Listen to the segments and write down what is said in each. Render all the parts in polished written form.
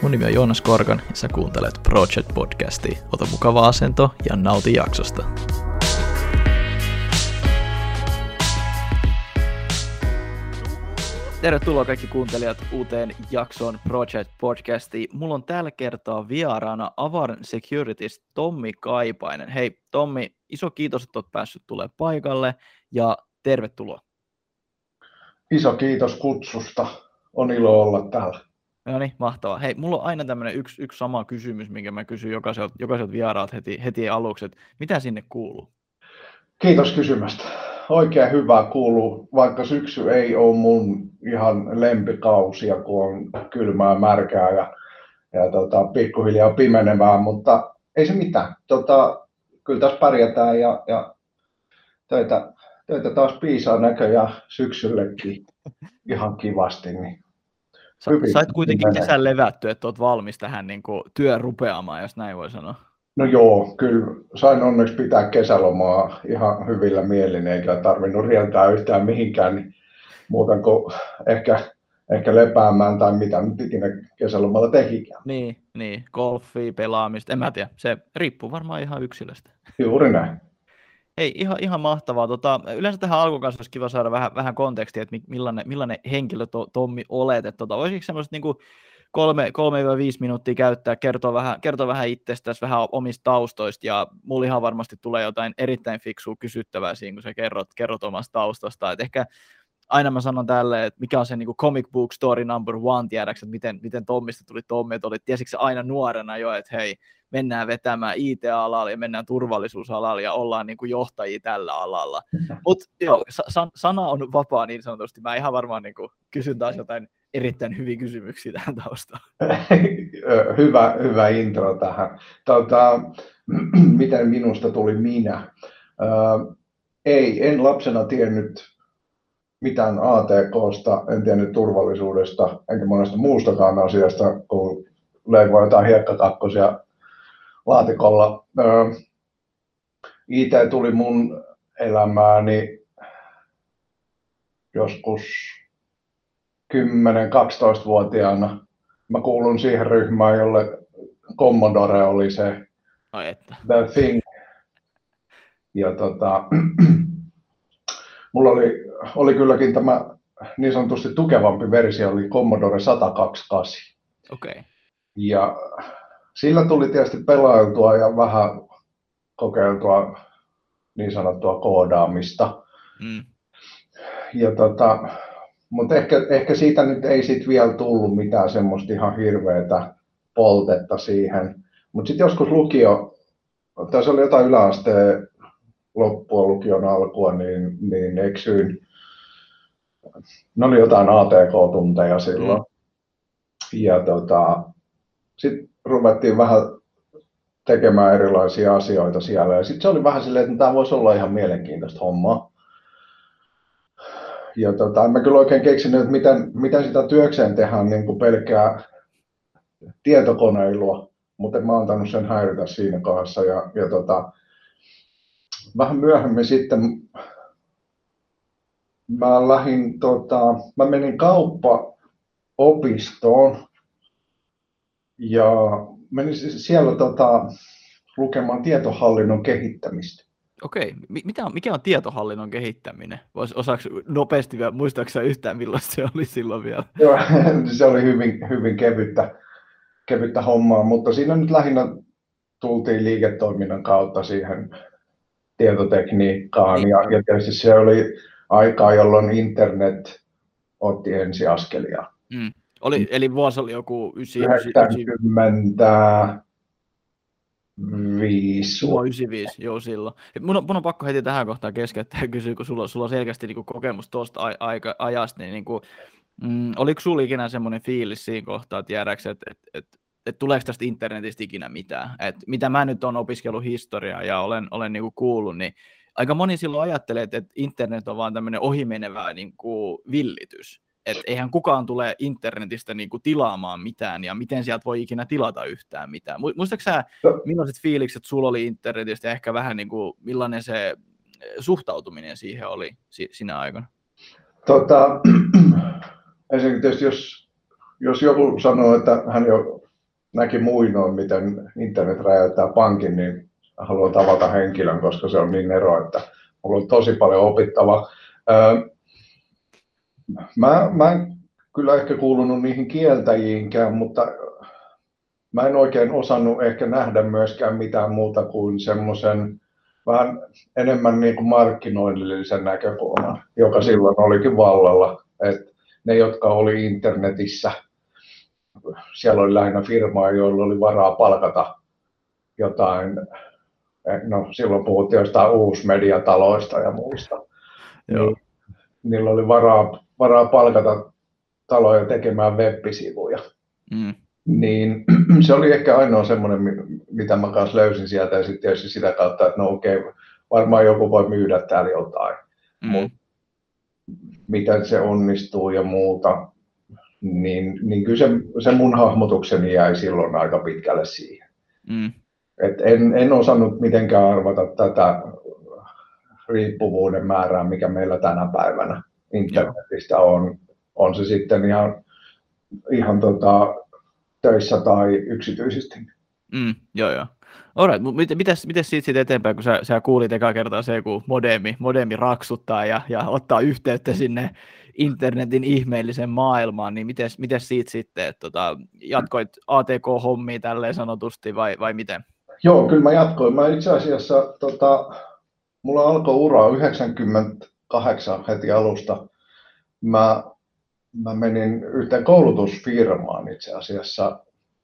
Mun nimi on Joonas Korkan ja sä kuuntelet Project-podcastia. Ota mukava asento ja nauti jaksosta. Tervetuloa kaikki kuuntelijat uuteen jaksoon Project-podcastia. Mulla on tällä kertaa vieraana Avarn Securities Tommi Kaipainen. Hei Tommi, iso kiitos, että oot päässyt tulemaan paikalle ja tervetuloa. Iso kiitos kutsusta. On ilo olla täällä. No niin, mahtavaa. Hei, mulla on aina tämmöinen yksi sama kysymys, minkä mä kysyn jokaiselta vieraat heti aluksi, että mitä sinne kuuluu? Kiitos kysymästä. Oikein hyvä kuuluu, vaikka syksy ei ole mun ihan lempikausia, kun on kylmää, märkää ja pikkuhiljaa pimenevää, mutta ei se mitään. Kyllä tässä pärjätään ja töitä taas piisaa näköjään syksyllekin ihan kivasti. Niin sait kuitenkin kesän levättyä, että olet valmis tähän niin kuin työn rupeamaan, jos näin voi sanoa. No joo, kyllä sain onneksi pitää kesälomaa ihan hyvillä mielin, eikä tarvinnut rientää yhtään mihinkään, niin muuta kuin ehkä lepäämään tai mitä nyt ikinä kesälomalla tekikään. Niin, golfia, pelaamista, en mä tiedä, se riippuu varmaan ihan yksilöstä. Juuri näin. Hei, ihan mahtavaa. Yleensä tähän alkuun kanssa olisi kiva saada vähän kontekstia, että millainen henkilö Tommi olet. Voisitko semmoiset niin 3-5 minuuttia käyttää, kertoa vähän itsestäsi, vähän omista taustoista, ja mulla ihan varmasti tulee jotain erittäin fiksua kysyttävää siinä, kun sä kerrot omasta taustasta. Et ehkä aina mä sanon tälleen, että mikä on se niin kuin comic book story number one, tiedätkö, että miten Tommista tuli Tommi, että tiesitkö aina nuorena jo, että hei, mennään vetämään IT-alalla ja mennään turvallisuusalalla ja ollaan niin kuin johtajia tällä alalla. Mutta joo, sana on vapaa niin sanotusti. Mä ihan varmaan niin kuin kysyn taas jotain erittäin hyviä kysymyksiä tähän taustaan. Hyvä intro tähän. Miten minusta tuli minä? En lapsena tiennyt mitään ATKsta, en tiennyt turvallisuudesta, enkä monesta muustakaan asiasta, kun leivoi jotain hiekkakakkosia laatikolla. IT tuli mun elämääni joskus 10-12-vuotiaana. Mä kuulun siihen ryhmään, jolle Commodore oli se the thing. Ja mulla oli kylläkin tämä niin sanotusti tukevampi versio, oli Commodore 128. Okay. Ja sillä tuli tietysti pelailtua ja vähän kokeiltua niin sanottua koodaamista. Ja mutta ehkä siitä nyt ei sit vielä tullut mitään semmoista ihan hirveätä poltetta siihen. Mutta sitten joskus tässä oli jotain yläasteen loppua, lukion alkua, niin eksyin. Ne oli jotain ATK-tunteja silloin. Ja sitten ruvettiin vähän tekemään erilaisia asioita siellä. Ja sitten se oli vähän silleen, että tämä voisi olla ihan mielenkiintoista hommaa. Ja en mä kyllä oikein keksinyt, että miten sitä työkseen tehdään niin kuin pelkkää tietokoneilua, mutta en mä antanut sen häiritä siinä kohdassa. Ja vähän myöhemmin sitten mä menin kauppaopistoon ja menin siellä lukemaan tietohallinnon kehittämistä. Okei. Mikä on tietohallinnon kehittäminen? Osaako nopeasti vielä, muistaakseni yhtään millaista se oli silloin vielä? Joo, se oli hyvin kevyttä hommaa, mutta siinä nyt lähinnä tultiin liiketoiminnan kautta siihen tietotekniikkaan. Ja tietysti se oli aikaa, jolloin internet otti ensiaskelia. Eli vuosi oli joku 95. 95, joo silloin. Mun on pakko heti tähän kohtaan keskeyttää ja kysyä, kun sulla on selkeästi niin kokemus tuosta ajasta, niin oliko sulla ikinä semmoinen fiilis siinä kohtaa, tiedätkö, että tuleeko tästä internetistä ikinä mitään? Mitä mä nyt olen opiskellut historiaa ja olen niin kuin kuullut, niin aika moni silloin ajattelee, että internet on vaan tämmöinen ohimenevä niin kuin villitys. Että eihän kukaan tule internetistä niinku tilaamaan mitään, ja miten sieltä voi ikinä tilata yhtään mitään. Muistatko sä, millaiset fiilikset sulla oli internetistä, ja ehkä vähän niinku, millainen se suhtautuminen siihen oli sinä aikana? Ensinnäkin tietysti, jos joku sanoo, että hän jo näki muinoin, miten internet räjäyttää pankin, niin haluan tavata henkilön, koska se on niin ero, että mulla on tosi paljon opittavaa. Mä en kyllä ehkä kuulunut niihin kieltäjiinkään, mutta mä en oikein osannut ehkä nähdä myöskään mitään muuta kuin semmoisen vähän enemmän niin kuin markkinoinnillisen näkökulman, joka silloin olikin vallalla. Et ne, jotka oli internetissä, siellä oli lähinnä firmaa, joilla oli varaa palkata jotain, no silloin puhuttiin jostain uusmediataloista ja muista, niin niillä oli varaa palkata taloja tekemään web-sivuja. Niin se oli ehkä ainoa semmoinen, mitä mä kanssa löysin sieltä, ja sitten tietysti sitä kautta, että no okei, varmaan joku voi myydä täällä jotain, mutta miten se onnistuu ja muuta, niin kyllä se mun hahmotukseni jäi silloin aika pitkälle siihen. Et en osannut mitenkään arvata tätä riippuvuuden määrää, mikä meillä tänä päivänä internetistä on. On se sitten ihan töissä tai yksityisesti. Joo. Alright, miten siitä eteenpäin, kun sä kuulit ekaa kertaa se, kun modemi raksuttaa ja ottaa yhteyttä sinne internetin ihmeelliseen maailmaan, niin miten siitä sitten, että jatkoit ATK-hommia tälleen sanotusti vai miten? Joo, kyllä mä jatkoin. Mä itse asiassa, mulla alkoi ura 98 heti alusta. Mä menin yhteen koulutusfirmaan itse asiassa,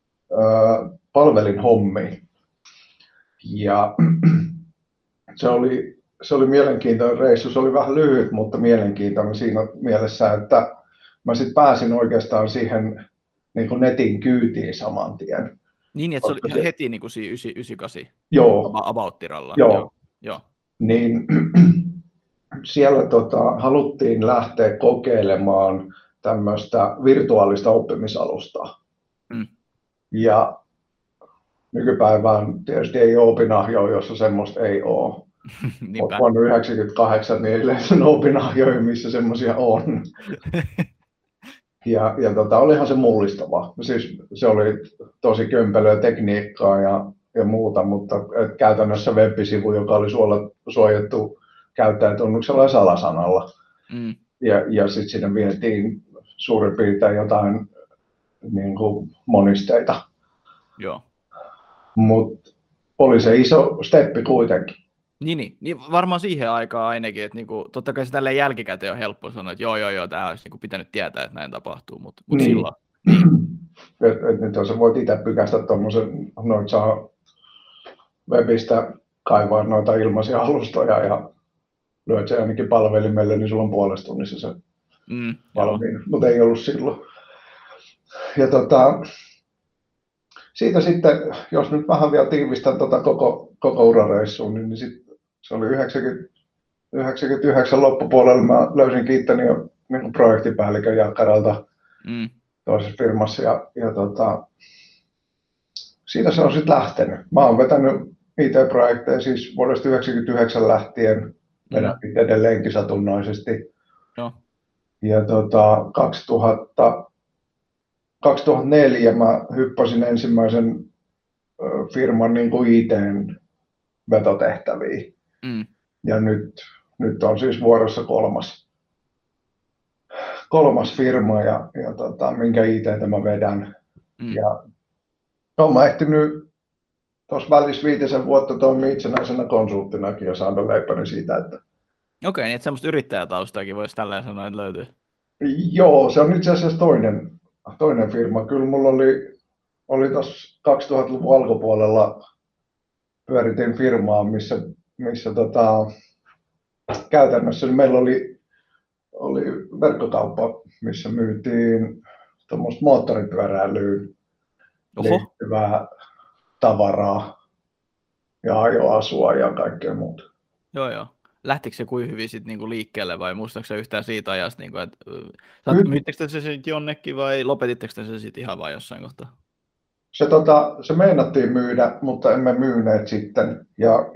palvelin hommiin. Ja se oli mielenkiintoinen reissu. Se oli vähän lyhyt, mutta mielenkiintoinen siinä mielessä, että mä sitten pääsin oikeastaan siihen niin kuin netin kyytiin saman tien. Niin, että se oli ihan heti niin kuin 98 about-tiralla. Joo. Niin siellä haluttiin lähteä kokeilemaan tämmöistä virtuaalista oppimisalustaa. Ja nykypäivään tietysti ei ole opinahjoa, jossa semmoista ei ole. Mutta vuonna 1998 niin ei löytynyt opinahjoja, missä semmoisia on. Ja olihan se mullistava. Siis se oli tosi kömpelöä tekniikkaa ja muuta, mutta käytännössä web-sivu, joka oli suojattu käyttäjätunnuksella ja salasanalla. Ja sitten sinne vietiin suurin piirtein jotain niin kuin monisteita. Joo. Mutta oli se iso steppi kuitenkin. Niin varmaan siihen aikaan ainakin, että niinku, totta kai se tälleen jälkikäteen on helppo sanoa, että joo, tämä olisi niinku pitänyt tietää, että näin tapahtuu, mutta silloin. Nyt sä voit itse pykästä tuommoisen, noit saa webistä kaivaa noita ilmaisia alustoja ja lyöt se ainakin palvelimelle, niin sulla on puolesta tunnissa se valmiina, mutta ei ollut silloin. Ja siitä sitten, jos nyt vähän vielä tiivistän koko urareissuun, niin se oli 99 loppupuolella, mä löysin kiittäni jo niin projektipäällikön Jakkaralta toisessa firmassa ja siitä se on sitten lähtenyt. Mä oon vetänyt IT-projekteja siis vuodesta 1999 lähtien, vedän edelleenkin satunnaisesti. Joo. Ja 2004 mä hyppäsin ensimmäisen firman niin kuin IT:n vetotehtäviin. Ja nyt on siis vuorossa kolmas firma ja minkä IT:tä mä vedän. Ja mä ehtinyt tuossa välissä 5 vuotta toimia itsenäisenä konsulttinakin ja saada leipäni siitä, että okei, niin että semmoista yrittäjätaustaakin voisi tälleen sanoa, että löytyy. Joo, se on itse asiassa toinen firma. Kyllä mulla oli tuossa 2000-luvun alkupuolella pyöritin firmaa, missä käytännössä meillä oli verkkokauppa, missä myytiin tuommoista moottoripyöräilyyn liittyvää tavaraa ja ajoasua ja kaikkea muuta. Joo. Lähtikö se kuin hyvin sitten niinku liikkeelle vai muistatko se yhtään siitä ajasta, niinku, että myyttekö te se sitten jonnekin vai lopetitteko te se sitten ihan vain jossain kohtaa? Se meinattiin myydä, mutta emme myyneet sitten. Ja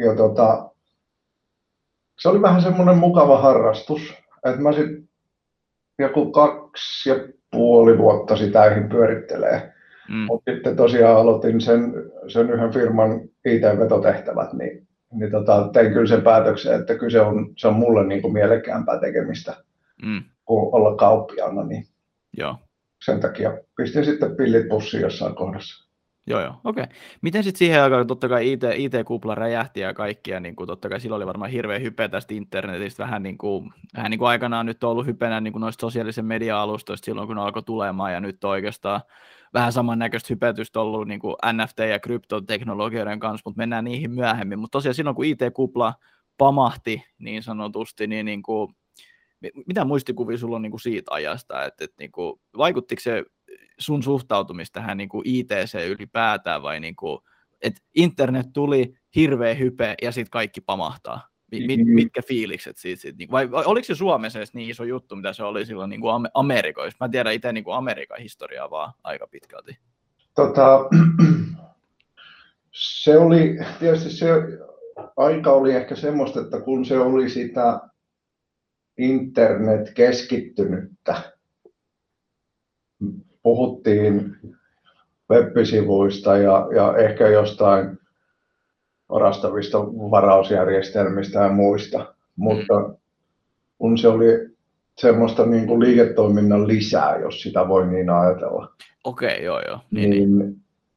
se oli vähän semmoinen mukava harrastus, että mä sitten joku 2,5 vuotta sitä eihin pyörittelee. Mutta sitten tosiaan aloitin sen yhden firman IT-vetotehtävät, niin tein kyllä sen päätöksen, että kyllä se on mulle niin kuin mielekkäämpää tekemistä kuin olla kauppiaana, niin Joo. Sen takia pistin sitten pillit pussiin jossain kohdassa. Joo, okei. Miten sitten siihen aikaan, totta kai IT-kupla räjähti ja kaikkia, niin kuin totta kai silloin oli varmaan hirveä hype tästä internetistä, vähän niin kuin aikanaan nyt on ollut hypenä niin kuin noista sosiaalisen media-alustoista silloin, kun ne alkoi tulemaan, ja nyt on oikeastaan vähän samannäköistä hypetystä ollut niin kuin NFT- ja kryptoteknologioiden kanssa, mutta mennään niihin myöhemmin. Mutta tosiaan silloin, kun IT-kupla pamahti niin sanotusti, niin kuin, mitä muistikuvia sulla on niin kuin siitä ajasta, että niin kuin, vaikuttiko se sun suhtautumista tähän niin kuin ITC ylipäätään, vai niin kuin, että internet tuli, hirveä hype, ja sitten kaikki pamahtaa? Mitkä fiilikset siitä? Vai oliko se Suomessa edes niin iso juttu, mitä se oli silloin niin kuin Amerikoissa? Mä tiedän itse niin kuin Amerikan historiaa vaan aika pitkälti. Se oli, tietysti se aika oli ehkä semmoista, että kun se oli sitä internet keskittynyttä, puhuttiin web-sivuista ja ehkä jostain orastavista varausjärjestelmistä ja muista, mutta kun se oli semmoista niin kuin liiketoiminnan lisää, jos sitä voi niin ajatella. Okei, joo. Niin.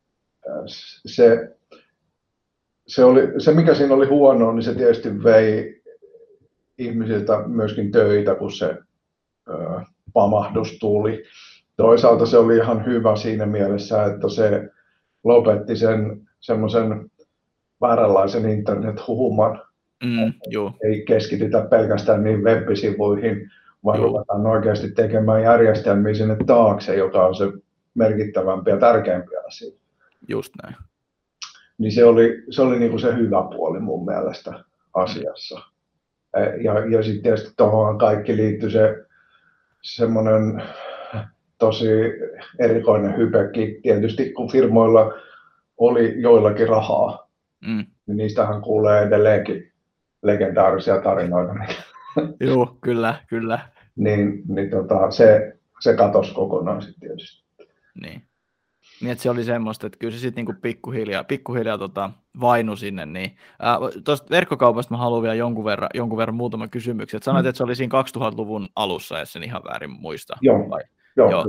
Se, mikä siinä oli huonoa, niin se tietysti vei ihmisiltä myöskin töitä, kun se pamahdus tuli. Toisaalta se oli ihan hyvä siinä mielessä, että se lopetti sen semmoisen vääränlaisen internet-huuman. Ei keskitytä pelkästään niin web-sivuihin, vaan ruvetaan oikeasti tekemään järjestelmiä sinne taakse, joka on se merkittävämpi ja tärkeämpi asia. Just näin. Niin se oli niin kuin se hyvä puoli mun mielestä asiassa. Ja sitten tietysti tuohon kaikki liittyi se semmoinen tosi erikoinen hypekin. Tietysti kun firmoilla oli joillakin rahaa, niin niistähän kuulee edelleenkin legendaarisia tarinoita. Joo, kyllä. niin se katosi kokonaan sitten tietysti. Niin, että se oli semmoista, että kyllä se sitten niinku pikkuhiljaa vainu sinne. Niin. Tuosta verkkokaupasta mä haluan vielä jonkun verran muutama kysymyksen. Sanoit, että se oli siinä 2000-luvun alussa, jos sen ihan väärin muista. Joo.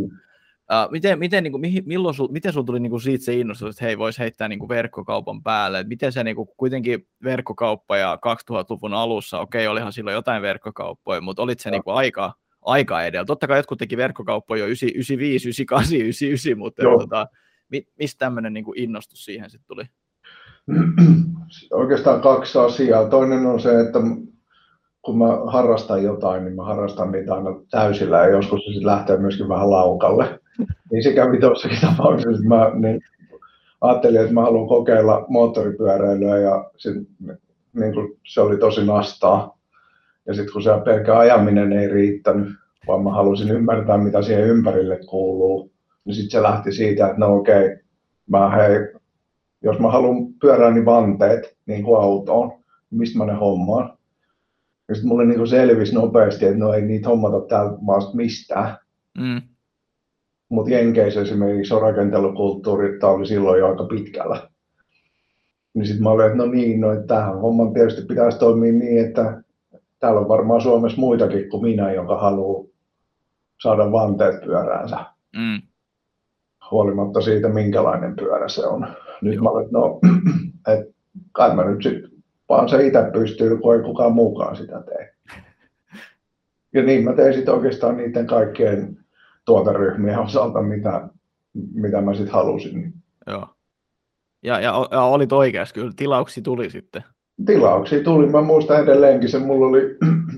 Miten sulla tuli niinku siitä se innostus, että hei, voisi heittää niinku verkkokaupan päälle? Et miten se niinku, kuitenkin verkkokauppa ja 2000-luvun alussa, okei, olihan silloin jotain verkkokauppoja, mutta olit se niinku aika edellä. Totta kai jotkut teki verkkokauppoja jo 95, 98, 99, mutta mistä tämmöinen niinku innostus siihen sitten tuli? Oikeastaan kaksi asiaa. Toinen on se, että kun mä harrastan jotain, niin mä harrastan niitä aina täysillä ja joskus se sitten lähtee myöskin vähän laukalle. Niin se kävi tuossakin tapauksessa, että mä ajattelin, että mä haluan kokeilla moottoripyöräilyä ja niin se oli tosi nastaa. Ja sitten kun se pelkkä ajaminen ei riittänyt, vaan mä halusin ymmärtää, mitä siihen ympärille kuuluu, niin sitten se lähti siitä, että no okei, jos mä haluan pyöräillä vanteet niin kuin autoon, niin mistä mä ne hommaan? Ja sitten mulle niin selvisi nopeasti, että no ei niitä hommata täältä maasta mistään. Mutta Jenkeissä esimerkiksi rakentelukulttuuri oli silloin jo aika pitkällä. Niin sitten mä olin, että että tähän homman tietysti pitäisi toimia niin, että täällä on varmaan Suomessa muitakin kuin minä, joka haluaa saada vanteet pyöräänsä. Huolimatta siitä, minkälainen pyörä se on. Nyt mä olin, että kai mä nyt sitten vaan se itse pystyy, kun ei kukaan muukaan sitä tee. Ja niin mä tein sitten oikeastaan niiden kaikkien tuoteryhmien osalta, mitä mä sitten halusin. Joo. Ja olit oikeassa, kyllä tilauksia tuli sitten. Tilauksia tuli, mä muistan edelleenkin se, mulla oli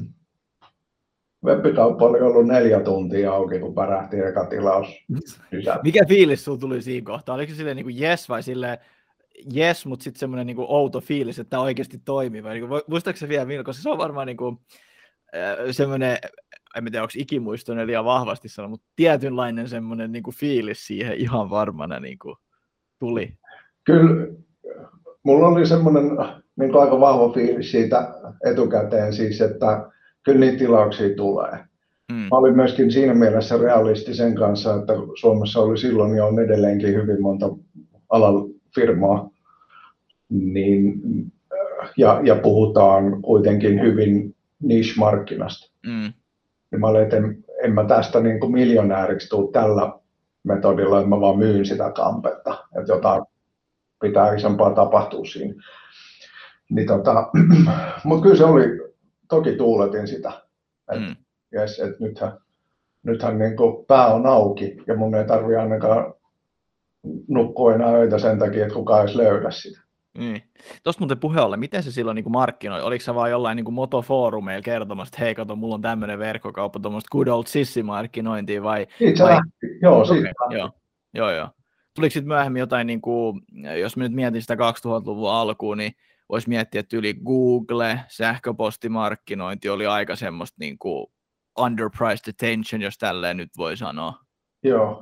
web-kauppa oli ollut 4 tuntia auki, kun pärähti eka tilaus. Mikä fiilis sulla tuli siinä kohtaa? Oliko se silleen niin kuin yes vai silleen yes, mutta sitten semmoinen niin kuin outo fiilis, että tämä oikeasti toimii? Vai niin kuin, muistatko se vielä, koska se on varmaan niin kuin, semmoinen, en tiedä onko ikimuistoinen liian vahvasti sanoa, mutta tietynlainen semmoinen niin kuin fiilis siihen ihan varmana niin kuin tuli. Kyllä, mulla oli semmoinen niin aika vahva fiilis siitä etukäteen siis, että kyllä niitä tilauksia tulee. Mä olin myöskin siinä mielessä realisti sen kanssa, että Suomessa oli silloin ja on edelleenkin hyvin monta alan firmaa, niin, ja puhutaan kuitenkin hyvin niche-markkinasta. Niin mä olin, että en mä tästä niin kuin miljonääriksi tule tällä metodilla, että mä vaan myyn sitä kampetta, että jotain pitää isompaa tapahtua siinä. Niin mutta kyllä se oli, toki tuuletin sitä, että yes, et nythän niin kuin pää on auki ja mun ei tarvitse ainakaan nukkua enää öitä sen takia, että kukaan edes löydä sitä. Tuosta muuten puhe ollen, miten se silloin niin markkinoi? Oliko se vaan jollain niin motofoorumeilla kertomassa, että hei kato, mulla on tämmöinen verkkokauppa, tuommoista good old sissimarkkinointia vai? Joo. Tuliko sitten myöhemmin jotain, niin kuin, jos mä nyt mietin sitä 2000-luvun alkuun, niin voisi miettiä, että yli Google, sähköpostimarkkinointi oli aika semmoista niin kuin underpriced attention, jos tälleen nyt voi sanoa. Joo,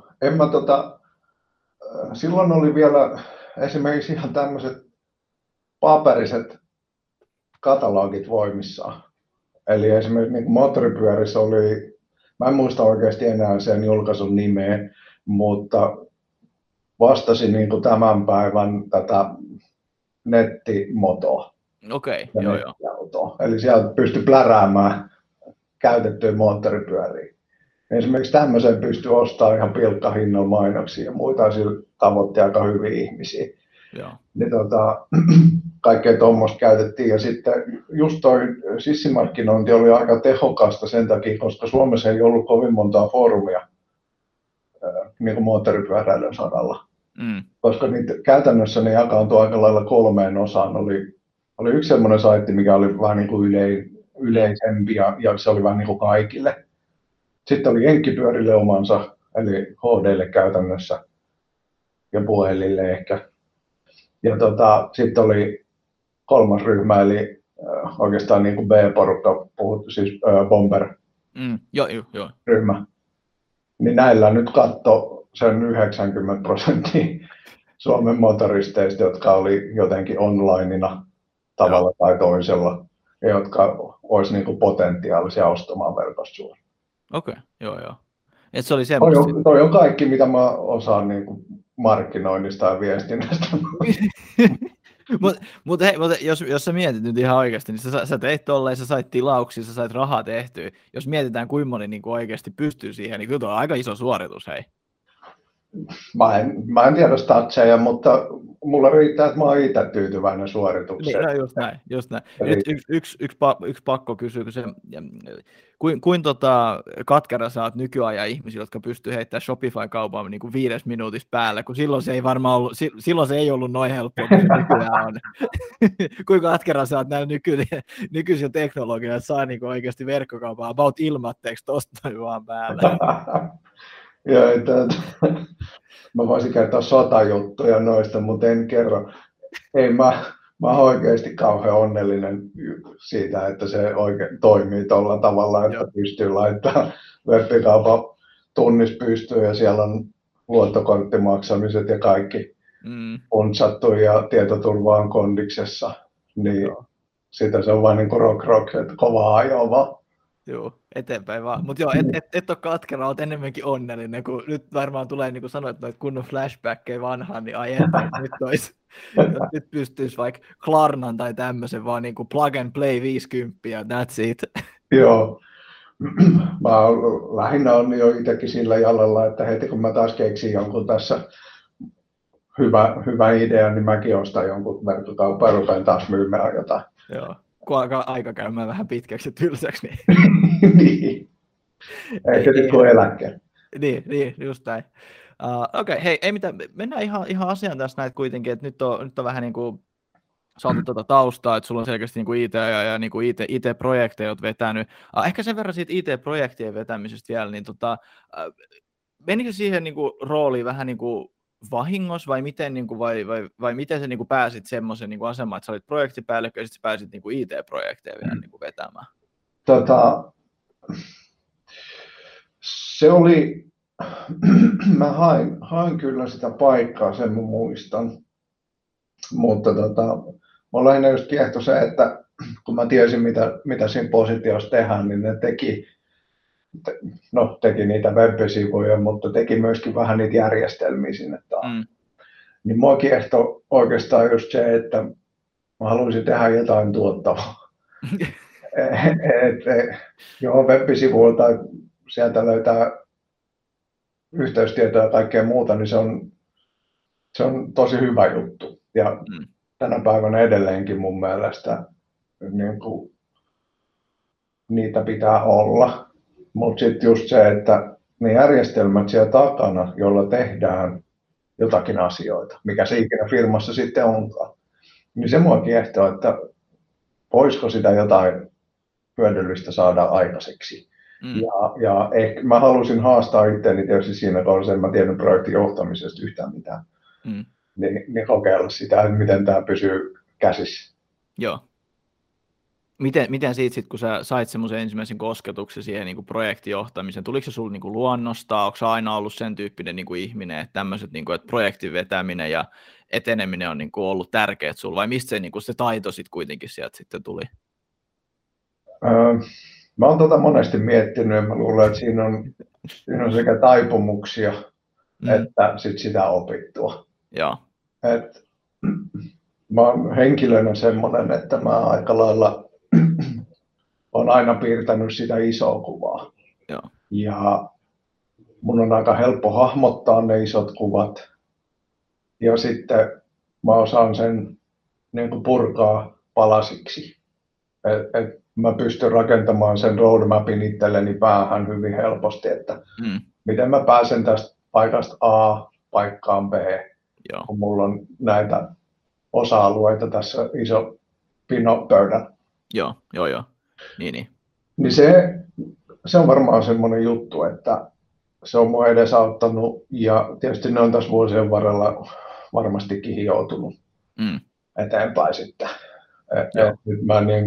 silloin oli vielä esimerkiksi ihan tämmöiset paperiset katalogit voimissaan. Eli esimerkiksi niin moottoripyörissä oli, mä en muista oikeasti enää sen julkaisun nimeä, mutta vastasi niin kuin tämän päivän tätä nettimotoa. Okei, joo. Eli sieltä pystyi pläräämään käytettyjä moottoripyöriä. Esimerkiksi tämmöisen pystyi ostamaan ihan pilkkahinnalla mainoksia ja muita sillä tavoitti aika hyviä ihmisiä. Joo. Niin kaikkea tuommoista käytettiin ja sitten just toi sissimarkkinointi oli aika tehokasta sen takia, koska Suomessa ei ollut kovin montaa foorumia niin kuin moottoripyöräilyn saralla. Koska niitä, käytännössä ne jakaantui aika lailla 3 osaan. Oli yksi semmoinen saitti, mikä oli vähän niin kuin yleisempi ja se oli vähän niin kuin kaikille. Sitten oli jenkkipyörille omansa, eli HDlle käytännössä ja puhelille ehkä. Ja sitten oli 3. ryhmä, eli oikeastaan niin kuin B-porukka, puhuttu siis Bomber-ryhmä. Niin näillä nyt katto sen 90% Suomen motoristeista, jotka oli jotenkin onlineina tavalla tai toisella, ja jotka olisi niin kuin potentiaalisia ostamaan verkosta suoraan. Okei, joo. Et se oli semmoista. Toi on kaikki, mitä mä osaan niin kuin markkinoinnista ja viestinnästä. Mutta jos sä mietit nyt ihan oikeasti, niin sä teit tolleen, sä sait tilauksia, sä sait rahaa tehtyä. Jos mietitään, kuinka moni niin oikeasti pystyy siihen, niin kyllä on aika iso suoritus, hei. Mä en tiedä statseja, mutta mulla riittää, että mä oon itse tyytyväinen suoritukseen. Niin, just näin. Eli... Nyt yksi pakko kysyä, kuin katkera sä oot nykyajan ihmisiä, jotka pystyy heittämään Shopify-kaupan niin kuin 5 minuutissa päälle, kun silloin se ei varmaan ollut, silloin se ei ollut noin helppoa, kuin nykyään on. Kuinka katkera sä oot näillä nykyisillä teknologioilla, että saa niin oikeasti verkkokaupan about ilmatteeksi tosta vaan päälle. Joo, mä voisin kertoa sotajuttuja noista, mutta en kerro. Mä oon oikeasti kauhean onnellinen siitä, että se oikein toimii tuolla tavalla, että pystyy laittamaan web-kaupan tunnis pystyyn ja siellä on luottokorttimaksamiset ja kaikki puntsattu ja tietoturva on kondiksessa. Niin sitä se on vain niin kuin rock, että kovaa ajoa vaan. Joo, eteenpäin vaan. Mutta joo, et ole katkera, olet enemmänkin onnellinen, kun nyt varmaan tulee, niin kuin sanoit, noita kunnon flashbackkejä vanhaan, niin nyt pystyisi vaikka Klarnan tai tämmöisen vaan niin kuin plug and play 50 ja that's it. Joo, mä lähinnä on jo itsekin sillä jalalla, että heti kun mä taas keksin jonkun tässä hyvä idea, niin mäkin ostan jonkun verkkokaupan ja rupean taas myymään jotain. Joo. Kun alkaa aika käymään vähän pitkäksi ja tylsäksi, niin... niin. Ei se nyt kuin eläkkeen. Niin, just näin. Okei, hei, ei mitään, mennään ihan asiaan tässä näitä kuitenkin, että nyt on vähän niin kuin saatu tuota taustaa, että sulla on selkeästi niin kuin IT ja niin kuin IT-projekteja olet vetänyt. Ehkä sen verran siitä IT-projektien vetämisestä vielä, niin menikö siihen niin kuin rooliin vähän niin kuin vahingossa vai miten, niin kuin, vai miten sä niin kuin pääsit semmoisen niin kuin asemaan, että sä olit projektipäällikkö ja sitten sä pääsit niin kuin IT-projekteja vielä niin kuin vetämään? Se oli, mä hain kyllä sitä paikkaa, sen mä muistan, mutta mä lähinnä just kiehtoi se, että kun mä tiesin mitä siinä positiossa tehdään, niin ne teki niitä web-sivuja, mutta teki myöskin vähän niitä järjestelmiä sinne taas. Niin mua kiehtoi oikeastaan just se, että mä haluaisin tehdä jotain tuottavaa. Joo, web-sivuilta sieltä löytää yhteystietoja ja kaikkea muuta, niin se on tosi hyvä juttu. Ja tänä päivänä edelleenkin mun mielestä niin kuin, niitä pitää olla. Mutta sitten just se, että ne järjestelmät siellä takana, joilla tehdään jotakin asioita, mikä se ikinä firmassa sitten onkaan, niin se mua kiehtoo, että voisiko sitä jotain hyödyllistä saada aikaiseksi. Ja ehkä mä halusin haastaa itseäni tietysti siinä kohdassa, en mä tiennyt projektin johtamisesta yhtään mitään, niin kokeilla sitä, että miten tämä pysyy käsissä. Joo. Miten siitä sitten, kun sä sait semmoisen ensimmäisen kosketuksen siihen niin kuin projektijohtamiseen, tuliko se sulla niin kuin luonnosta, onko sä aina ollut sen tyyppinen niin kuin ihminen, että tämmöiset, niin kuin, että projektin vetäminen ja eteneminen on niin kuin ollut tärkeät sulla, vai mistä se, niin kuin se taito sitten kuitenkin sieltä sitten tuli? Mä oon monesti miettinyt, ja mä luulen, että siinä on sekä taipumuksia että sitä opittua. Joo. Mä oon henkilönä semmoinen, että mä aika lailla olen aina piirtänyt sitä isoa kuvaa. Joo. Ja mun on aika helppo hahmottaa ne isot kuvat. Ja sitten mä osaan sen niin kuin purkaa palasiksi. Mä pystyn rakentamaan sen roadmapin itselleni päähän hyvin helposti, että miten mä pääsen tästä paikasta A paikkaan B, kun mulla on näitä osa-alueita tässä iso pino pöydän. Joo. Niin. Niin se on varmaan semmoinen juttu, että se on mua edesauttanut ja tietysti ne on tässä vuosien varrella varmastikin hioutunut eteenpäin sitten. Nyt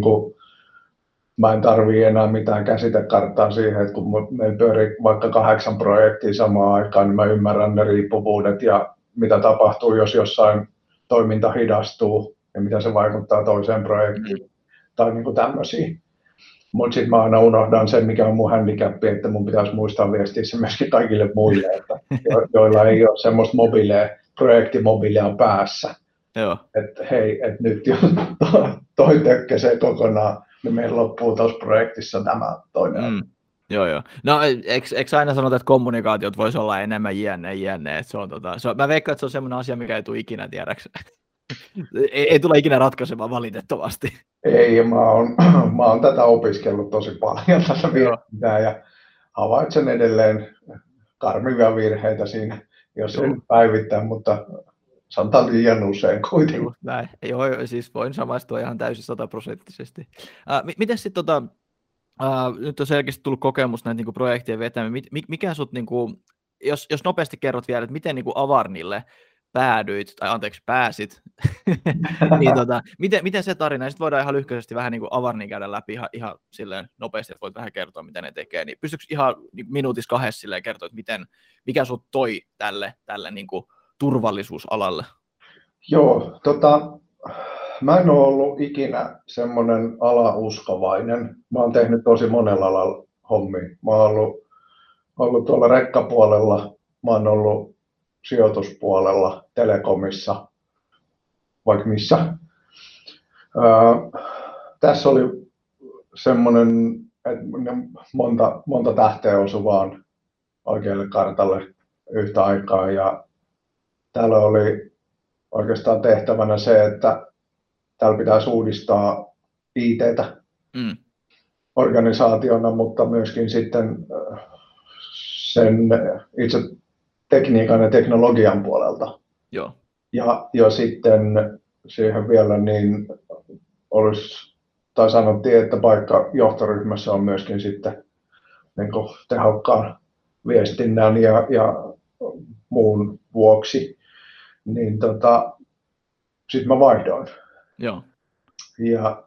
mä en tarvii enää mitään käsitekarttaa siihen, että kun meillä pyörii vaikka 8 projektia samaan aikaan, niin mä ymmärrän ne riippuvuudet ja mitä tapahtuu, jos jossain toiminta hidastuu ja mitä se vaikuttaa toiseen projektiin tai niin kuin tämmöisiä. Mutta sitten mä aina unohdan sen, mikä on mun handicappi, että mun pitäisi muistaa viestiä se myöskin kaikille muille, että joilla ei ole semmoista projektimobiilia päässä. Että hei, että nyt jos toi tökkäsee kokonaan, niin meillä loppuu tuossa projektissa tämä toinen. Joo. No eikö aina sanota, että kommunikaatiot voisi olla enemmän jne. Mä veikkaan, että se on semmoinen asia, mikä ei tule ikinä tiedäksi. ei tule ikinä ratkaisemaan valitettavasti. Ei, mä oon tätä opiskellut tosi paljon tässä viestintää ja havaitsen edelleen karmivia virheitä siinä, jos ei päivittää, mutta sanotaan liian usein kuitenkin. Näin. Joo, siis voin samaistua ihan täysin 100%. Miten sitten nyt on selkeästi tullut kokemus näitä niinku projektien vetämään. Mikä sut, niinku, jos nopeasti kerrot vielä, että miten niinku Avarnille pääsit, niin miten se tarina, ja sitten voidaan ihan lyhkäisesti vähän niin kuin Avarnia käydä läpi ihan silleen nopeasti, että voit vähän kertoa, mitä ne tekee, niin pystyykö ihan minuutissa 2 silleen kertoa, että mikä sut toi tälle niin kuin turvallisuusalalle? Joo, mä en ole ollut ikinä semmoinen alauskovainen. Mä oon tehnyt tosi monella alalla hommia. Mä oon ollut tuolla rekkapuolella, mä oon ollut sijoituspuolella, telekomissa, vaikka missä. Tässä oli semmoinen, että monta tähteä osui vaan oikealle kartalle yhtä aikaa. Ja täällä oli oikeastaan tehtävänä se, että täällä pitäisi uudistaa IT:tä organisaationa, mutta myöskin sitten sen itse tekniikan ja teknologian puolelta. Joo. Ja sitten siihen vielä niin sanottiin, että paikka johtoryhmässä on myöskin sitten niin kuin tehokkaan viestinnän ja muun vuoksi. Niin sitten mä vaihdoin. Joo. Ja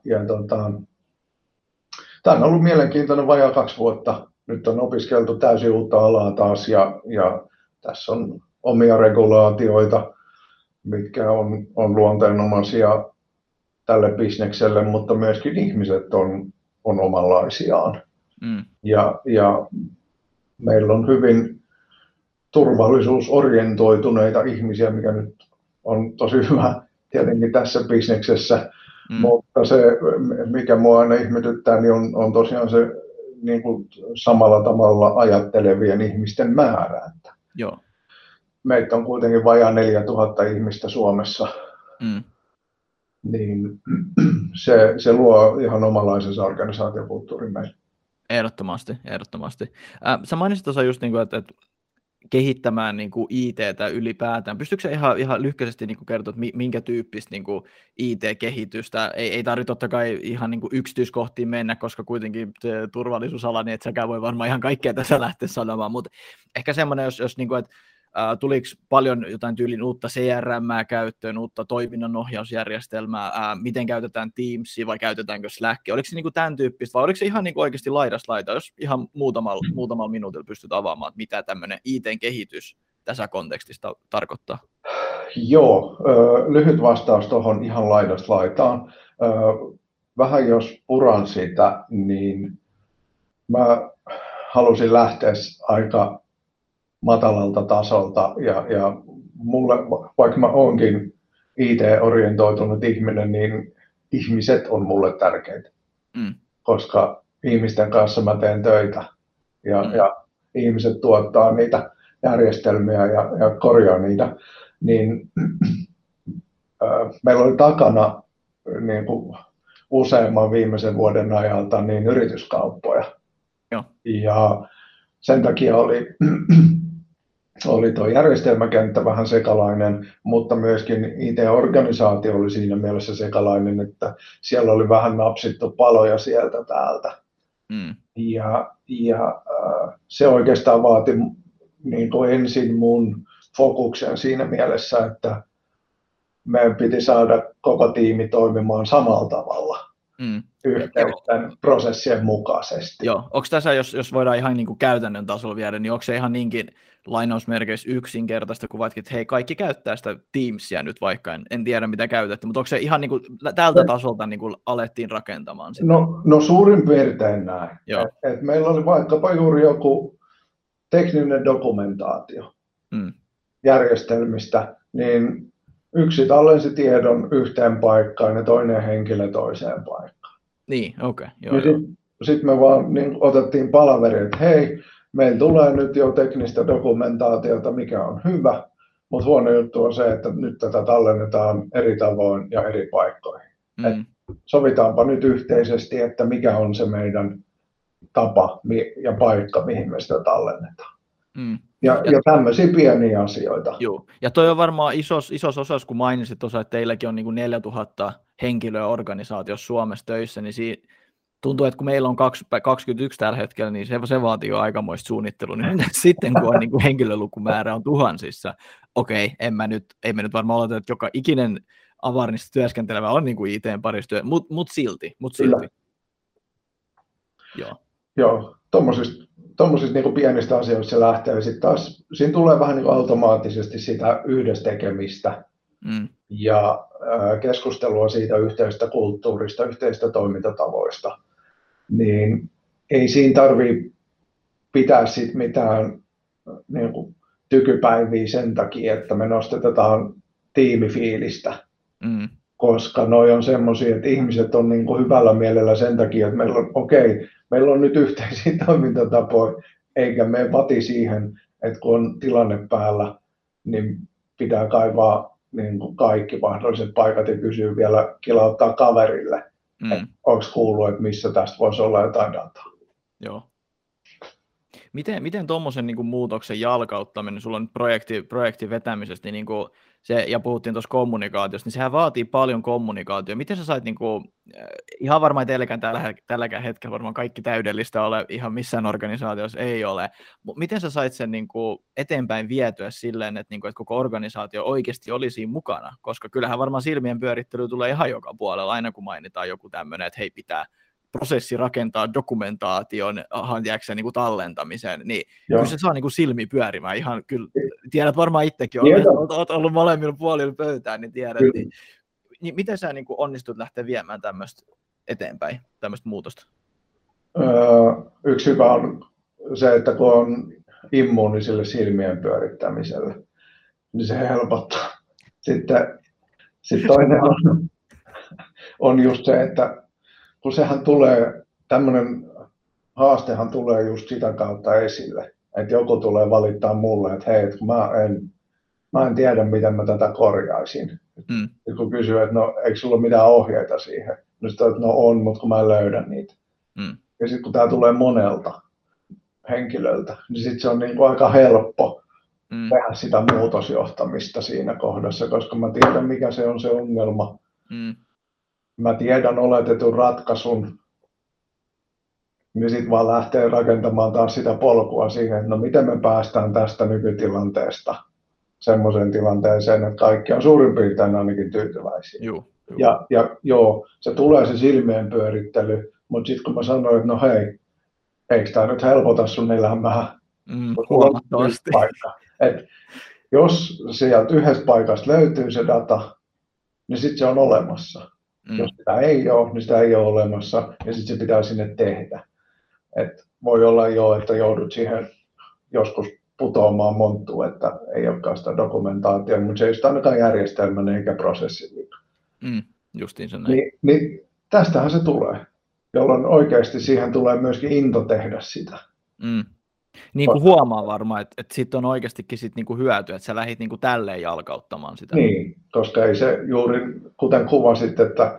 tämä on ollut mielenkiintoinen vajaa 2 vuotta. Nyt on opiskeltu täysin uutta alaa taas ja tässä on omia regulaatioita, mitkä on luonteenomaisia tälle bisnekselle, mutta myöskin ihmiset on omanlaisiaan. Ja meillä on hyvin turvallisuusorientoituneita ihmisiä, mikä nyt on tosi hyvä tietenkin tässä bisneksessä. Mutta se, mikä mua aina ihmetyttää, niin on tosiaan se niin kuin samalla tavalla ajattelevien ihmisten määrä. Joo. Meitä on kuitenkin vajaa 4000 ihmistä Suomessa, niin se luo ihan omanlaisensa organisaatiokulttuurin meille. Ehdottomasti. Sä mainitsit tuossa just, että kehittämään IT:tä ylipäätään. Pystytkö sä ihan lyhkäisesti kertoa, että minkä tyyppistä IT-kehitystä, ei tarvitse totta kai ihan yksityiskohtiin mennä, koska kuitenkin se turvallisuusala, niin et säkään voi varmaan ihan kaikkea tässä lähteä sanomaan, mutta ehkä semmoinen, jos että tuliko paljon jotain tyylin uutta CRM:ää käyttöön, uutta toiminnanohjausjärjestelmää, miten käytetään Teamsia vai käytetäänkö Slackia, oliko se tämän tyyppistä vai oliko se ihan oikeasti laidasta laita, jos ihan muutamalla minuutilla pystyt avaamaan, että mitä tämmöinen IT-kehitys tässä kontekstista tarkoittaa? Joo, lyhyt vastaus tuohon ihan laidasta laitaan. Vähän jos puran sitä, niin mä halusin lähteä aika matalalta tasolta ja mulle, vaikka mä oonkin IT-orientoitunut ihminen, niin ihmiset on mulle tärkeitä, koska ihmisten kanssa mä teen töitä ja ihmiset tuottaa niitä järjestelmiä ja korjaa niitä, niin meillä oli takana niin kuin useamman viimeisen vuoden ajalta niin yrityskauppoja. Joo. Ja sen takia oli tuo järjestelmäkenttä vähän sekalainen, mutta myöskin IT-organisaatio oli siinä mielessä sekalainen, että siellä oli vähän napsittu paloja sieltä täältä. Ja se oikeastaan vaati niin kuin ensin mun fokuksen siinä mielessä, että meidän piti saada koko tiimi toimimaan samalla tavalla yhteisten prosessien mukaisesti. Joo, onko tässä, jos voidaan ihan niin kuin käytännön tasolla viedä, niin onko se ihan niinkin lainausmerkeissä yksinkertaista, kun vaikka, että hei, kaikki käyttää sitä Teamsia nyt vaikka, en tiedä mitä käytätte, mutta onko se ihan niin kuin tältä tasolta niin kuin alettiin rakentamaan sitä? No suurin piirtein näin. Et meillä oli vaikkapa juuri joku tekninen dokumentaatio järjestelmistä, niin yksi tallensi tiedon yhteen paikkaan ja toinen henkilö toiseen paikkaan. Niin, okei. Sitten me vaan niin otettiin palaveri, että hei, meillä tulee nyt jo teknistä dokumentaatiota, mikä on hyvä, mutta huono juttu on se, että nyt tätä tallennetaan eri tavoin ja eri paikkoihin. Sovitaanpa nyt yhteisesti, että mikä on se meidän tapa ja paikka, mihin me sitä tallennetaan. Ja tämmöisiä pieniä asioita. Joo. Ja toi on varmaan isos osas, kun mainitsit tuossa, että teilläkin on niin kuin 4000 henkilöä organisaatiossa Suomessa töissä, niin siinä tuntuu, että kun meillä on 21 tällä hetkellä, niin se vaatii jo aikamoista suunnittelua. Niin sitten kun on niin kuin henkilölukumäärä on tuhansissa, okei, emme nyt varmaan oleta, että joka ikinen Avarnissa työskentelevä on niin kuin IT:n parissa työ, mutta silti. Joo, tuommoisista niin pienistä asioista se lähtee. Sitten taas siinä tulee vähän niin automaattisesti sitä yhdessä tekemistä ja keskustelua siitä yhteisestä kulttuurista, yhteisistä toimintatavoista. Niin ei siinä tarvitse pitää sit mitään niin kuin tykypäiviä sen takia, että me nostetaan tiimifiilistä. Koska noi on semmoisia, että ihmiset on niin kuin hyvällä mielellä sen takia, että meillä on nyt yhteisiä toimintatapoja, eikä me vati siihen, että kun on tilanne päällä, niin pitää kaivaa niin kuin kaikki mahdolliset paikat ja kysyä vielä, kilauttaa kaverille, että onko kuullut, että missä tästä voisi olla jotain dataa. Joo. Miten tuommoisen niin kuin muutoksen jalkauttaminen, sulla on nyt projektin vetämisestä, niin kuin se, ja puhuttiin tuossa kommunikaatiosta, niin sehän vaatii paljon kommunikaatiota. Miten sä sait, niin kuin, ihan varmaan teilläkään tälläkään hetkellä varmaan kaikki täydellistä ole, ihan missään organisaatiossa ei ole, mutta miten sä sait sen niin kuin eteenpäin vietyä silleen, että, niin kuin, että koko organisaatio oikeasti oli siinä mukana, koska kyllähän varmaan silmien pyörittely tulee ihan joka puolella, aina kun mainitaan joku tämmöinen, että hei, pitää prosessi rakentaa dokumentaation, niin kuin tallentamiseen, niin kyllä se saa niin kuin silmiä pyörimään ihan, kyllä tiedät varmaan itsekin, olet ollut molemmilla puolilla pöytään, niin tiedät, niin miten sä niin kuin onnistut lähteä viemään tämmöistä eteenpäin, tämmöistä muutosta? yksi hyvä on se, että kun on immuuniselle silmien pyörittämiselle, niin se helpottaa. Sitten toinen on just se, että kun sehän tulee, tämmöinen haastehan tulee just sitä kautta esille, että joku tulee valittaa mulle, että hei, että mä en tiedä, miten mä tätä korjaisin. Ja kun kysyy, että no, eikö sulla ole mitään ohjeita siihen? No sitten, että no on, mutta kun mä en löydä niitä. Ja sitten kun tämä tulee monelta henkilöltä, niin sitten se on niin kuin aika helppo tehdä sitä muutosjohtamista siinä kohdassa, koska mä tiedän, mikä se on se ongelma. Mä tiedän oletetun ratkaisun, niin sitten vaan lähtee rakentamaan taas sitä polkua siihen, että no miten me päästään tästä nykytilanteesta semmoiseen tilanteeseen, että kaikki on suurin piirtein ainakin tyytyväisiä. Ja joo, se tulee se silmien pyörittely, mutta sitten kun mä sanoin, että no hei, eikö tämä nyt helpota sun elämää? Huomattavasti. Et jos sieltä yhdestä paikasta löytyy se data, niin sitten se on olemassa. Jos sitä ei ole, niin sitä ei ole olemassa, ja sitten se pitää sinne tehdä. Et voi olla jo, että joudut siihen joskus putoamaan monttuun, että ei olekaan sitä dokumentaatiota, mutta se ei ole ainakaan järjestelmän eikä prosessi. Justiinsa näin. Niin tästähän se tulee, jolloin oikeasti siihen tulee myöskin into tehdä sitä. Niin kuin huomaa varmaan, että sitten on oikeastikin sit niinku hyötyä, että sä lähdit niinku tälleen jalkauttamaan sitä. Niin, koska ei se juuri, kuten kuvasit, että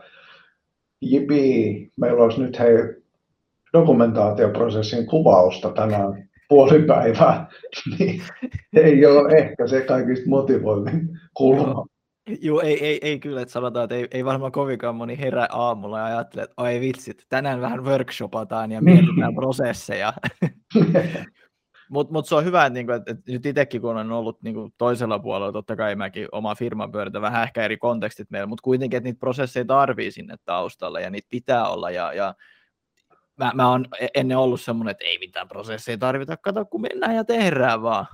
meillä olisi nyt dokumentaatioprosessin kuvausta tänään puolipäivää, niin ei ole ehkä se kaikista motivoivin kulma. Joo, ei kyllä, että sanotaan, että ei varmaan kovinkaan moni herää aamulla ja ajattelee, että oi vitsit, tänään vähän workshopataan ja mietitään prosesseja. Mutta se on hyvä, että nyt itsekin kun on ollut toisella puolella, totta kai mäkin oma firman pyöritä vähän ehkä eri kontekstit meillä, mutta kuitenkin, että niitä prosesseja tarvii sinne taustalle ja niitä pitää olla. Ja mä oon ennen ollut semmoinen, että ei mitään prosesseja tarvita, kato kun mennään ja tehdään vaan.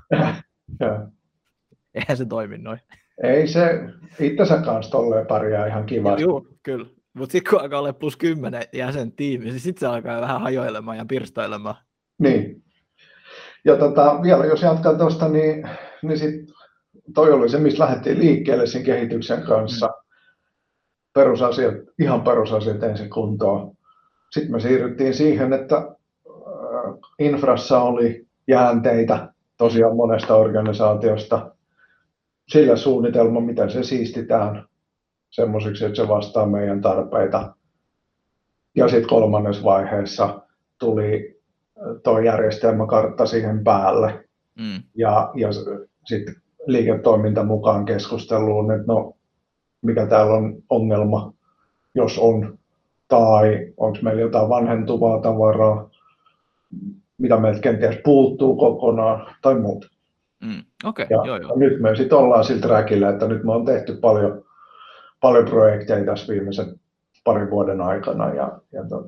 Eihän se toimi noin. Ei se itsensä kanssa tolleen pärjää ihan kivasti. Joo, kyllä. Mutta sitten kun alkaa olla plus 10 jäsen tiimi, niin sitten se alkaa vähän hajoilemaan ja pirstoilemaan. Niin. Ja vielä jos jatkan tuosta, niin sit toi oli se, missä lähdettiin liikkeelle sen kehityksen kanssa. Ihan perusasiat ensin kuntoon. Sitten me siirryttiin siihen, että infrassa oli jäänteitä tosiaan monesta organisaatiosta. Sillä suunnitelma, miten se siistitään semmoiseksi, että se vastaa meidän tarpeita. Ja sitten kolmannessa vaiheessa tuli tuo järjestelmäkartta siihen päälle. Ja sitten liiketoiminta mukaan keskusteluun, että no, mikä täällä on ongelma, jos on, tai onko meillä jotain vanhentuvaa tavaraa, mitä meiltä kenties puuttuu kokonaan, tai muuta. Joo. Nyt me sitten ollaan sillä trackillä, että nyt me on tehty paljon projekteja tässä viimeisen parin vuoden aikana ja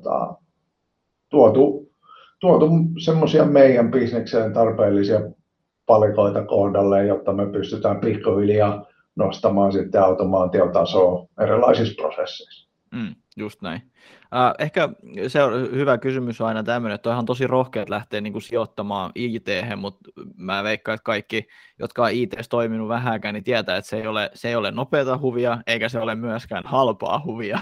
tuotu semmoisia meidän bisnekseen tarpeellisia palikoita kohdalle, jotta me pystytään pikkuhiljaa nostamaan sitten automaatiotasoa erilaisissa prosesseissa. Just näin. Ehkä se on hyvä kysymys aina tämmöinen, että on tosi rohkeat lähteä niin kuin sijoittamaan IT-hän, mutta mä veikkaan, että kaikki, jotka on IT-ssä toiminut vähänkään, niin tietää, että se ei ole nopeata huvia, eikä se ole myöskään halpaa huvia.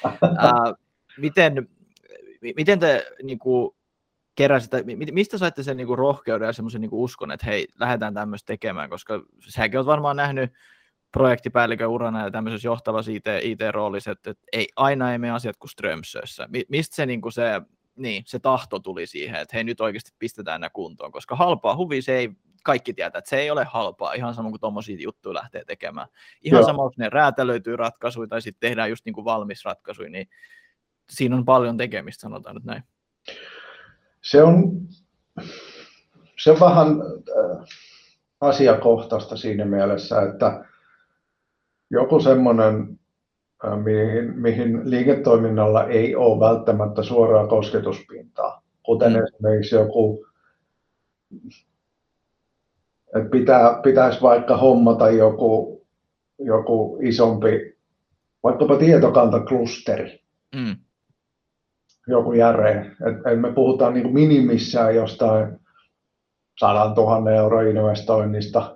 Miten te niin kuin keräsitte, mistä saitte sen niin kuin rohkeuden ja semmoisen niin kuin uskon, että hei, lähdetään tämmöistä tekemään, koska säkin olet varmaan nähnyt projektipäällikön urana ja tämmöisessä johtavassa IT-roolissa, että aina ei mene asiat kuin Strömsössä. Mistä se, se tahto tuli siihen, että hei nyt oikeasti pistetään nämä kuntoon, koska halpaa huvia se ei, kaikki tietää, että se ei ole halpaa, ihan sama kuin tommosia juttuja lähtee tekemään. Ihan sama, kun ne räätälöityy ratkaisuja tai sitten tehdään just niin kuin valmis ratkaisuja, niin siinä on paljon tekemistä, sanotaan nyt näin. Se on vähän asiakohtaista siinä mielessä, että joku semmoinen, mihin liiketoiminnalla ei ole välttämättä suoraa kosketuspintaa, kuten esimerkiksi joku, että pitäisi vaikka hommata joku isompi, vaikkapa tietokantaklusteri. joku järeä. Et me puhutaan niin kuin minimissään jostain 100 000 € investoinnista,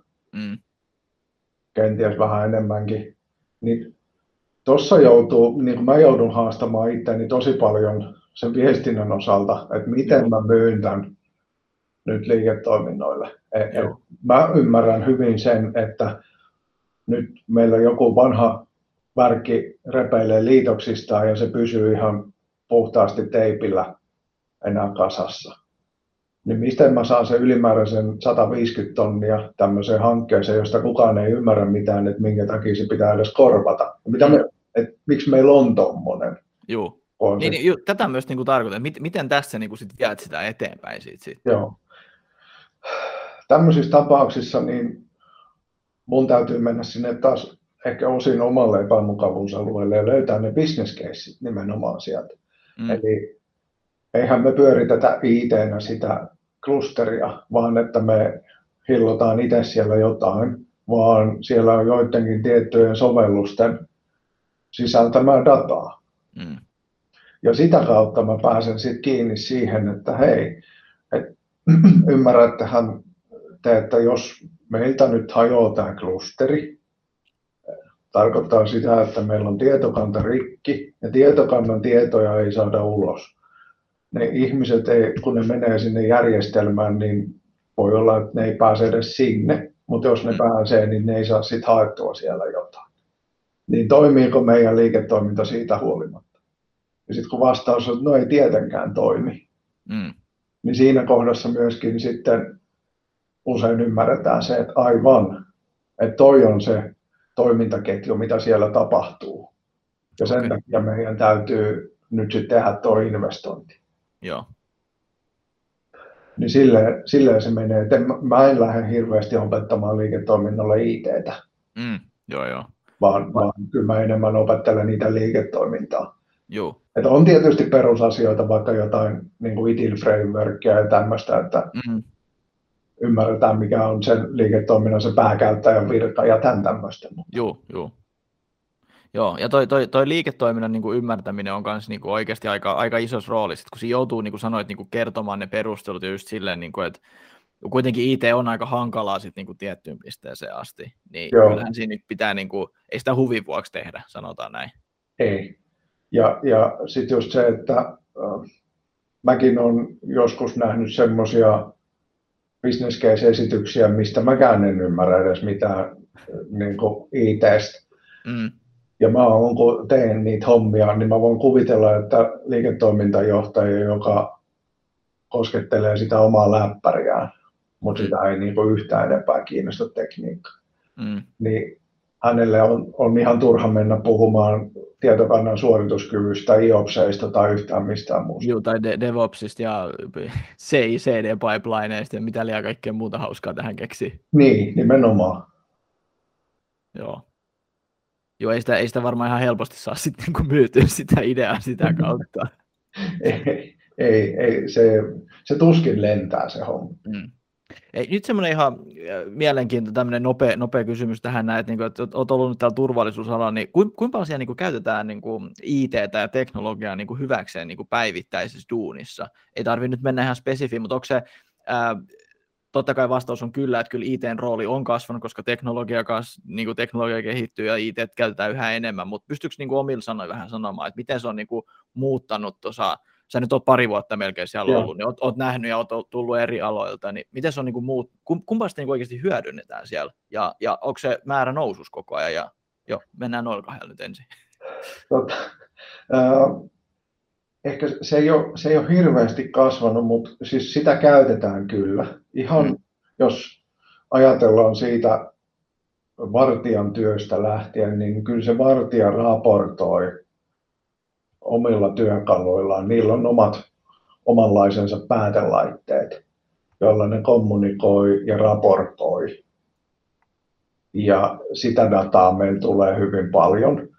kenties vähän enemmänkin. Niin tuossa joutuu, niin kuin mä joudun haastamaan itseäni tosi paljon sen viestinnän osalta, että miten mä myyn tämän nyt liiketoiminnoille. Mä ymmärrän hyvin sen, että nyt meillä joku vanha värkki repeilee liitoksistaan ja se pysyy ihan puhtaasti teipillä enää kasassa. Niin miten mä saan sen ylimääräisen 150 tonnia tämmöiseen hankkeeseen, josta kukaan ei ymmärrä mitään, että minkä takia se pitää edes korvata. Miksi meillä on tommonen? Joo. Niin, tätä myös niin tarkoitan. Miten tässä niin sit viet sitä eteenpäin? Joo. Tämmöisissä tapauksissa niin mun täytyy mennä sinne taas ehkä osin omalle epämukavuusalueelle ja löytää ne business caseit nimenomaan sieltä. Eli eihän me pyöritetä IT-nä sitä klusteria, vaan että me hillotaan itse siellä jotain, vaan siellä on joidenkin tiettyjen sovellusten sisältämää dataa. Ja sitä kautta mä pääsen sitten kiinni siihen, että hei, ymmärrättehän te, että jos meiltä nyt hajoaa tämä klusteri, tarkoittaa sitä, että meillä on tietokanta rikki ja tietokannan tietoja ei saada ulos. Ne ihmiset, kun ne menee sinne järjestelmään, niin voi olla, että ne ei pääse edes sinne, mutta jos ne pääsee, niin ne ei saa sitten haettua siellä jotain. Niin toimiiko meidän liiketoiminta siitä huolimatta? Ja sitten kun vastaus on, että no ei tietenkään toimi, niin siinä kohdassa myöskin sitten usein ymmärretään se, että aivan, että toi on se toimintaketju, mitä siellä tapahtuu. Ja sen takia meidän täytyy nyt sitten tehdä tuo investointi. Joo. Niin silleen se menee, että mä en lähde hirveästi opettamaan liiketoiminnalle IT:tä. Joo. Vaan kyllä mä enemmän opettelen niitä liiketoimintaa. Joo. Että on tietysti perusasioita, vaikka jotain niin kuin ITIL frameworkia ja tämmöistä, että ymmärretään mikä on sen liiketoiminnan se pääkäyttäjän virka ja tämän tämmöistä. Joo, ja toi liiketoiminnan niin kuin ymmärtäminen on myös niin kuin oikeasti aika isossa roolissa, kun se joutuu, niin kuin sanoit, niin kuin kertomaan ne perustelut ja just silleen, niin kuin, että kuitenkin IT on aika hankalaa sit, niin kuin tiettyyn pisteeseen asti, niin kyllähän siinä nyt pitää, niin kuin, ei sitä huvin vuoksi tehdä, sanotaan näin. Ei, ja sitten just se, että mäkin olen joskus nähnyt semmoisia business case-esityksiä, mistä mäkään en ymmärrä edes mitään niin kuin IT:stä. Ja mä kun teen niitä hommia, niin mä voin kuvitella, että liiketoimintajohtaja, joka koskettelee sitä omaa läppäriään, mutta sitä ei niin kuin yhtään enempää kiinnosta tekniikka, niin hänelle on ihan turha mennä puhumaan tietokannan suorituskyvystä, IOPSeista tai yhtään mistään muusta. Joo, tai DevOpsista ja CI/CD-pipelineista ja mitä liian kaikkea muuta hauskaa tähän keksii. Niin, nimenomaan. Joo, ei sitä varmaan ihan helposti saa sitten kun myytyä sitä ideaa sitä kautta. ei se tuskin lentää se homma. Nyt semmoinen ihan mielenkiintoinen tämmöinen nopea kysymys tähän, että olet ollut nyt täällä turvallisuusalalla, niin kuinka paljon siellä käytetään IT:tä ja teknologiaa hyväkseen päivittäisessä duunissa? Ei tarvitse nyt mennä ihan spesifiin, mutta onko se, totta kai vastaus on kyllä, että kyllä IT:n rooli on kasvanut, koska teknologia kehittyy ja IT käytetään yhä enemmän, mutta pystyykö omilla sanoilla vähän sanomaan, että miten se on muuttanut tuossa, sä nyt oot pari vuotta melkein siellä ollut, niin oot nähnyt ja oot tullut eri aloilta, niin miten se on kumpaa sitä oikeasti hyödynnetään siellä, ja onko se määrä nousus koko ajan, ja mennään noilla kahdella nyt ensin. Ehkä se ei ole hirveästi kasvanut, mutta siis sitä käytetään kyllä. Ihan jos ajatellaan siitä vartijan työstä lähtien, niin kyllä se vartija raportoi omilla työkaluillaan. Niillä on omanlaisensa päätelaitteet, joilla ne kommunikoi ja raportoi. Ja sitä dataa meillä tulee hyvin paljon.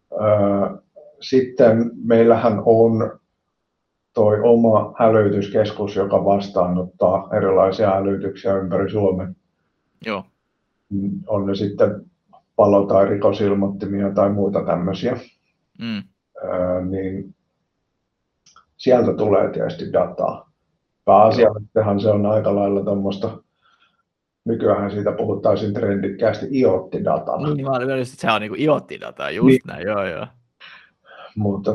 Sitten meillähän on toi oma hälytyskeskus, joka vastaanottaa erilaisia hälytyksiä ympäri Suomen. Joo. On ne sitten palo- tai rikosilmoittimia tai muita tämmöisiä. Niin sieltä tulee tietysti dataa. Pääasiallisestihan se on aika lailla tuommoista, nykyään siitä puhuttaisiin trendikkäästi IoT-datana. Niin, mä olin just, että se on niin kuin IoT-dataa, just niin. Näin, joo. Mutta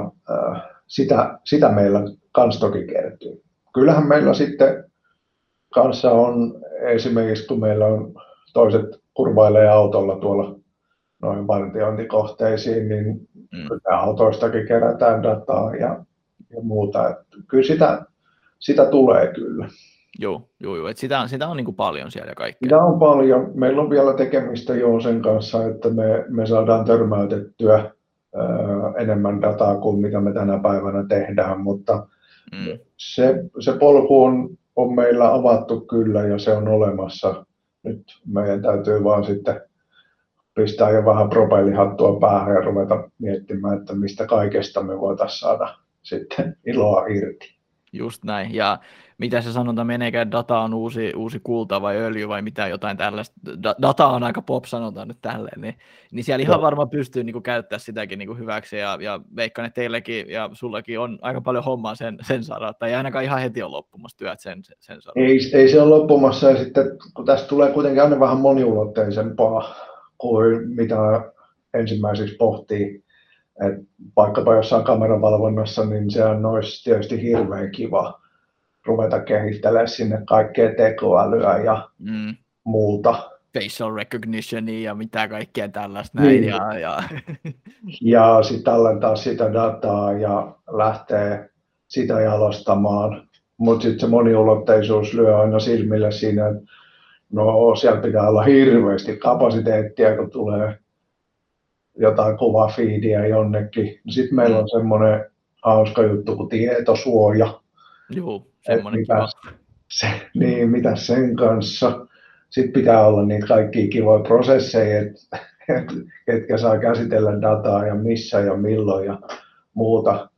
sitä meillä kans toki kertyy. Kyllähän meillä sitten kanssa on esimerkiksi, kun meillä on toiset kurvailee autolla tuolla noihin vartiointikohteisiin, niin kyllä autoistakin kerätään dataa ja muuta. Että kyllä sitä tulee kyllä. Joo. Et sitä on niin kuin paljon siellä kaikkea. Sitä on paljon. Meillä on vielä tekemistä jo sen kanssa, että me saadaan törmäytettyä enemmän dataa kuin mitä me tänä päivänä tehdään, mutta se polku on meillä avattu kyllä ja se on olemassa. Nyt meidän täytyy vaan sitten pistää jo vähän propellihattua päähän ja ruveta miettimään, että mistä kaikesta me voitaisiin saada sitten iloa irti. Just näin. Ja mitä se sanotaan, meneekään data on uusi kulta vai öljy vai mitä jotain tällaista. Data on aika pop, sanotaan nyt tälleen. Niin siellä ihan varmaan pystyy niin kuin käyttämään sitäkin niin kuin hyväksi. Ja veikkaan, että teillekin ja sullakin on aika paljon hommaa sen saralla. Tai ainakaan ihan heti on loppumassa työt sen saralla. Ei se ole loppumassa. Ja sitten kun tästä tulee kuitenkin aina vähän moniulotteisempaa kuin mitä ensimmäiseksi pohtii. Et vaikkapa jossain kameravalvonnassa, niin sehän olisi tietysti hirveän kiva ruveta kehittelemään sinne kaikkea tekoälyä ja muuta. Facial recognitionia ja mitä kaikkea tällaista näin. Niin. Ja sitten tallentaa sitä dataa ja lähtee sitä jalostamaan. Mutta sitten se moniulotteisuus lyö aina silmille siinä, että no siellä pitää olla hirveästi kapasiteettia, kun tulee jotain kuvafiidiä jonnekin. Sitten meillä on semmoinen hauska juttu kuin tietosuoja. Joo, semmoinen mitä sen kanssa. Sitten pitää olla niitä kaikkia kivoja prosesseja, ketkä saa käsitellä dataa ja missä ja milloin ja muuta.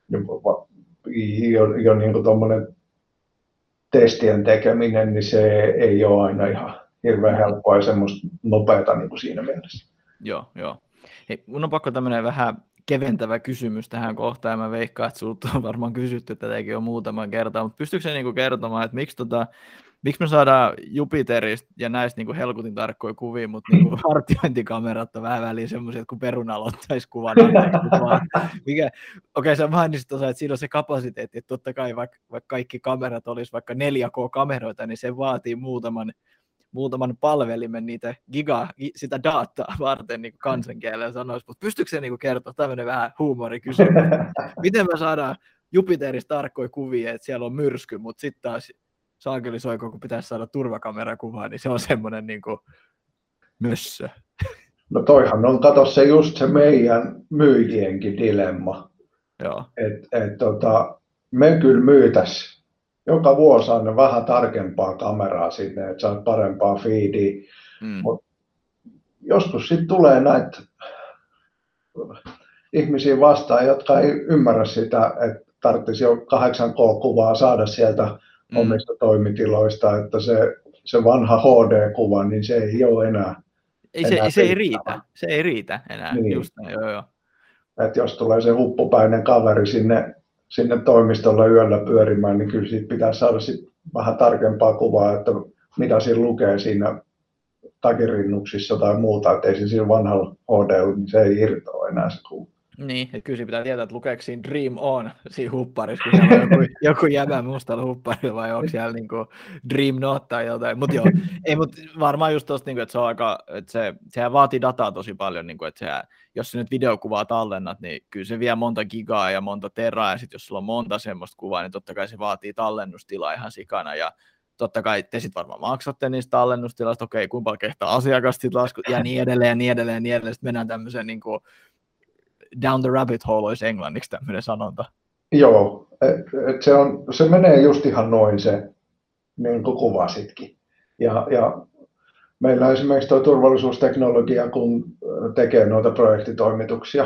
Jo niin kuin tuommoinen testien tekeminen, niin se ei ole aina ihan hirveän helppoa ja semmoista nopeata niin kuin siinä mielessä. Joo. Hei, mun on pakko tämmöinen vähän keventävä kysymys tähän kohtaan, ja mä veikkaan, että sulta on varmaan kysytty tätäkin jo muutaman kertaa, mutta pystyykö se niinku kertomaan, että miksi me saadaan Jupiterista ja näistä niinku helkutin tarkkoja kuvia, mutta niinku vartiointikamerat on vähän väliin semmoisia, kun peruna ottaisi kuvan. Okei, sä mainitsit tuossa, että siinä on se kapasiteetti, että totta kai vaikka kaikki kamerat olisi vaikka 4K-kameroita, niin se vaatii muutaman palvelimen sitä dataa varten niin kansankielellä sanoisi, mutta pystyykö se niin kertoa tämmöinen vähän huumorikysymys? Miten me saadaan Jupiterista tarkkoja kuvia, että siellä on myrsky, mutta sitten taas saakelisoiko, kun pitäisi saada turvakamerakuvaa, niin se on semmoinen niin mössö. No toihan on, kato se just se meidän myyjienkin dilemma. Joo. Me kyllä myytäisiin joka vuosi aina vähän tarkempaa kameraa sinne, että saat parempaa feedia. Mut joskus sitten tulee näitä ihmisiä vastaan, jotka ei ymmärrä sitä, että tarvitsisi jo 8K-kuvaa saada sieltä omista toimitiloista, että se vanha HD-kuva, niin se ei ole enää. Se ei riitä enää. Niin. Just näin, joo. Että jos tulee se huppupäinen kaveri sinne toimistolle yöllä pyörimään, niin kyllä siitä pitää saada sit vähän tarkempaa kuvaa, että mitä siinä lukee siinä takirinnuksissa tai muuta, että ei se siinä vanhalla HD, niin se ei irtoa enää se kuva. Niin, että kyllä pitää tietää, että lukeeko siinä Dream On siinä hupparissa, kun siellä on joku jäbä mustalla hupparilla, vai onko siellä niinku Dream Not tai jotain. Mutta joo, varmaan just tosta, että se on sehän vaatii dataa tosi paljon, että jos sä nyt videokuvaa tallennat, niin kyllä se vie monta gigaa ja monta teraa, ja sitten jos sulla on monta semmoista kuvaa, niin totta kai se vaatii tallennustilaa ihan sikana, ja totta kai te sitten varmaan maksatte niistä tallennustilasta, okei, kuinka paljon kehtaa asiakasta sit laskut, ja niin edelleen, sitten mennään tämmöiseen niinku down the rabbit hole olisi englanniksi tämmöinen sanonta. Joo, se menee just ihan noin se, niin kuin kuvasitkin. Ja meillä esimerkiksi tuo turvallisuusteknologia, kun tekee noita projektitoimituksia,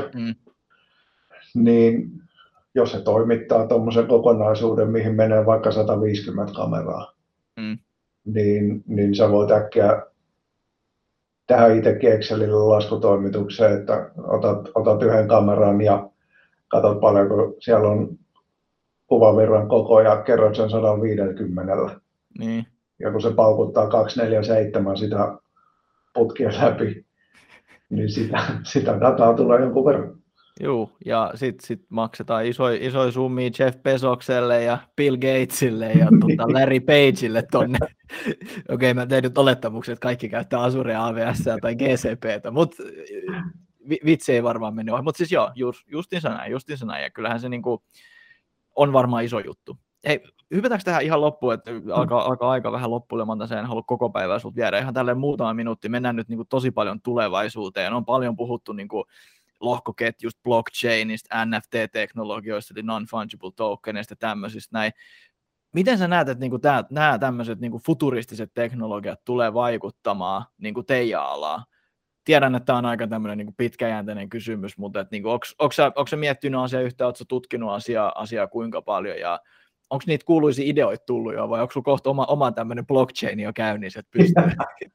niin jos se toimittaa tuommoisen kokonaisuuden, mihin menee vaikka 150 kameraa, niin sä voit äkkiä tehdä itsekin Excelille laskutoimitukseen, että otat yhden kameran ja katsot paljonko siellä on kuvan verran koko ja kerrot sen 150. Niin. Ja kun se paukuttaa 247 sitä putkia läpi, niin sitä dataa tulee jonkun verran. Joo, ja sit maksetaan isoja summia Jeff Bezokselle ja Bill Gatesille ja Larry Pageille tonne. Okei, mä tein nyt olettamuksen, että kaikki käyttää Azurea, AWS tai GCPtä, mutta vitsi ei varmaan mennyt ohi. Mutta siis joo, justiinsa näin, ja kyllähän se niinku on varmaan iso juttu. Hei, hypätäänkö tähän ihan loppuun, että alkaa aika vähän loppuilemaan tässä, en halua koko päivää sulta viedä. Ihan tälleen muutama minuutti, mennään nyt niinku tosi paljon tulevaisuuteen. On paljon puhuttu niinku lohkoketjusta, blockchainista, NFT-teknologioista, eli non-fungible tokenista, tämmöisistä näin. Miten sä näet, että niinku nämä tämmöiset niinku futuristiset teknologiat tulee vaikuttamaan niinku teidän alaa? Tiedän, että tämä on aika tämmöinen niinku pitkäjänteinen kysymys, mutta niinku, onko sä miettinyt asiaa yhtään, oletko tutkinut asiaa kuinka paljon, ja onko niitä kuuluisia ideoita tullut jo, vai onko sulla kohta oma tämmöinen blockchain jo käynnissä, että pystyy?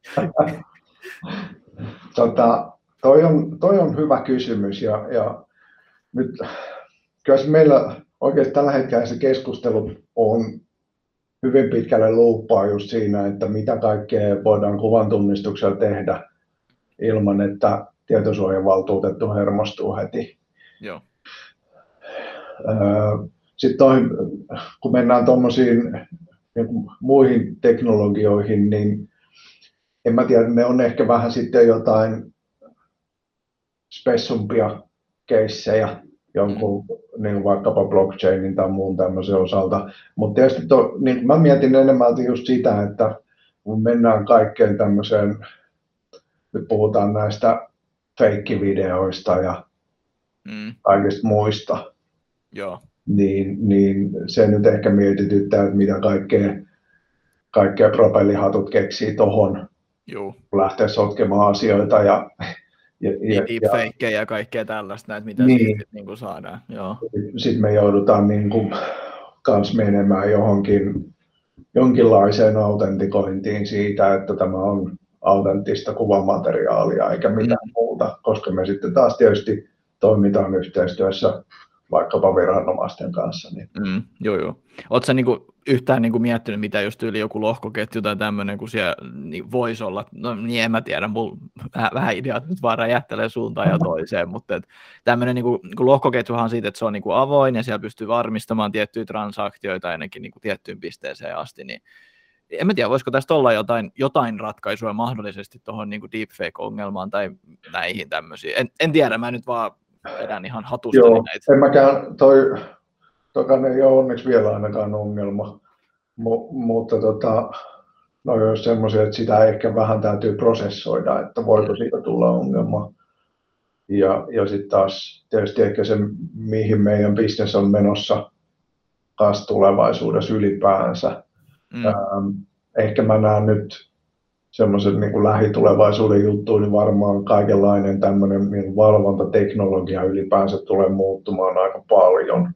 Toi on hyvä kysymys, ja nyt kyllä meillä oikeasti tällä hetkellä se keskustelu on hyvin pitkälle luuppaa just siinä, että mitä kaikkea voidaan kuvantunnistuksella tehdä ilman, että tietosuojavaltuutettu hermostuu heti. Joo. Sitten kun mennään tuommoisiin muihin teknologioihin, niin en mä tiedä, ne on ehkä vähän sitten jotain spessumpia keissejä jonkun niin vaikkapa blockchainin tai muun tämmöisen osalta. Mutta tietysti niin mä mietin enemmän just sitä, että kun mennään kaikkeen tämmöiseen, nyt puhutaan näistä feikkivideoista ja kaikista muista, Joo. niin se nyt ehkä mietityttää, että mitä kaikkea propellihatut keksii tohon, kun lähtee sotkemaan asioita ja deepfakeja ja kaikkea tällaista, näitä, mitä siitä niin saadaan. Sitten me joudutaan niin kuin kans menemään jonkinlaiseen autentikointiin siitä, että tämä on autenttista kuvamateriaalia eikä mitään muuta, koska me sitten taas tietysti toimitaan yhteistyössä vaikkapa viranomaisten kanssa. Niin. Joo. Oletko sä niinku yhtään niinku miettinyt, mitä just yli joku lohkoketju tai tämmöinen, kun siellä niin voisi olla, no niin en mä tiedä, mulla vähän ideat nyt vaan räjähtelee suuntaan ja toiseen, mutta tämmöinen niinku lohkoketjuhan on siitä, että se on niinku avoin ja siellä pystyy varmistamaan tiettyjä transaktioita ainakin niinku tiettyyn pisteeseen asti, niin en mä tiedä, voisiko tästä olla jotain ratkaisua mahdollisesti tuohon niinku deepfake-ongelmaan tai näihin tämmöisiin. En tiedä, mä nyt vaan vedän ihan hatustani näitä. En mäkään, tokaan ei ole onneksi vielä ainakaan ongelma, mutta no jos semmoisia, että sitä ehkä vähän täytyy prosessoida, että voiko siitä tulla ongelma. Ja sitten taas tietysti ehkä se, mihin meidän business on menossa taas tulevaisuudessa ylipäänsä. Ehkä mä näen nyt semmoisen niin kuin lähitulevaisuuden juttuun, niin varmaan kaikenlainen tämmöinen niin valvontateknologia ylipäänsä tulee muuttumaan aika paljon.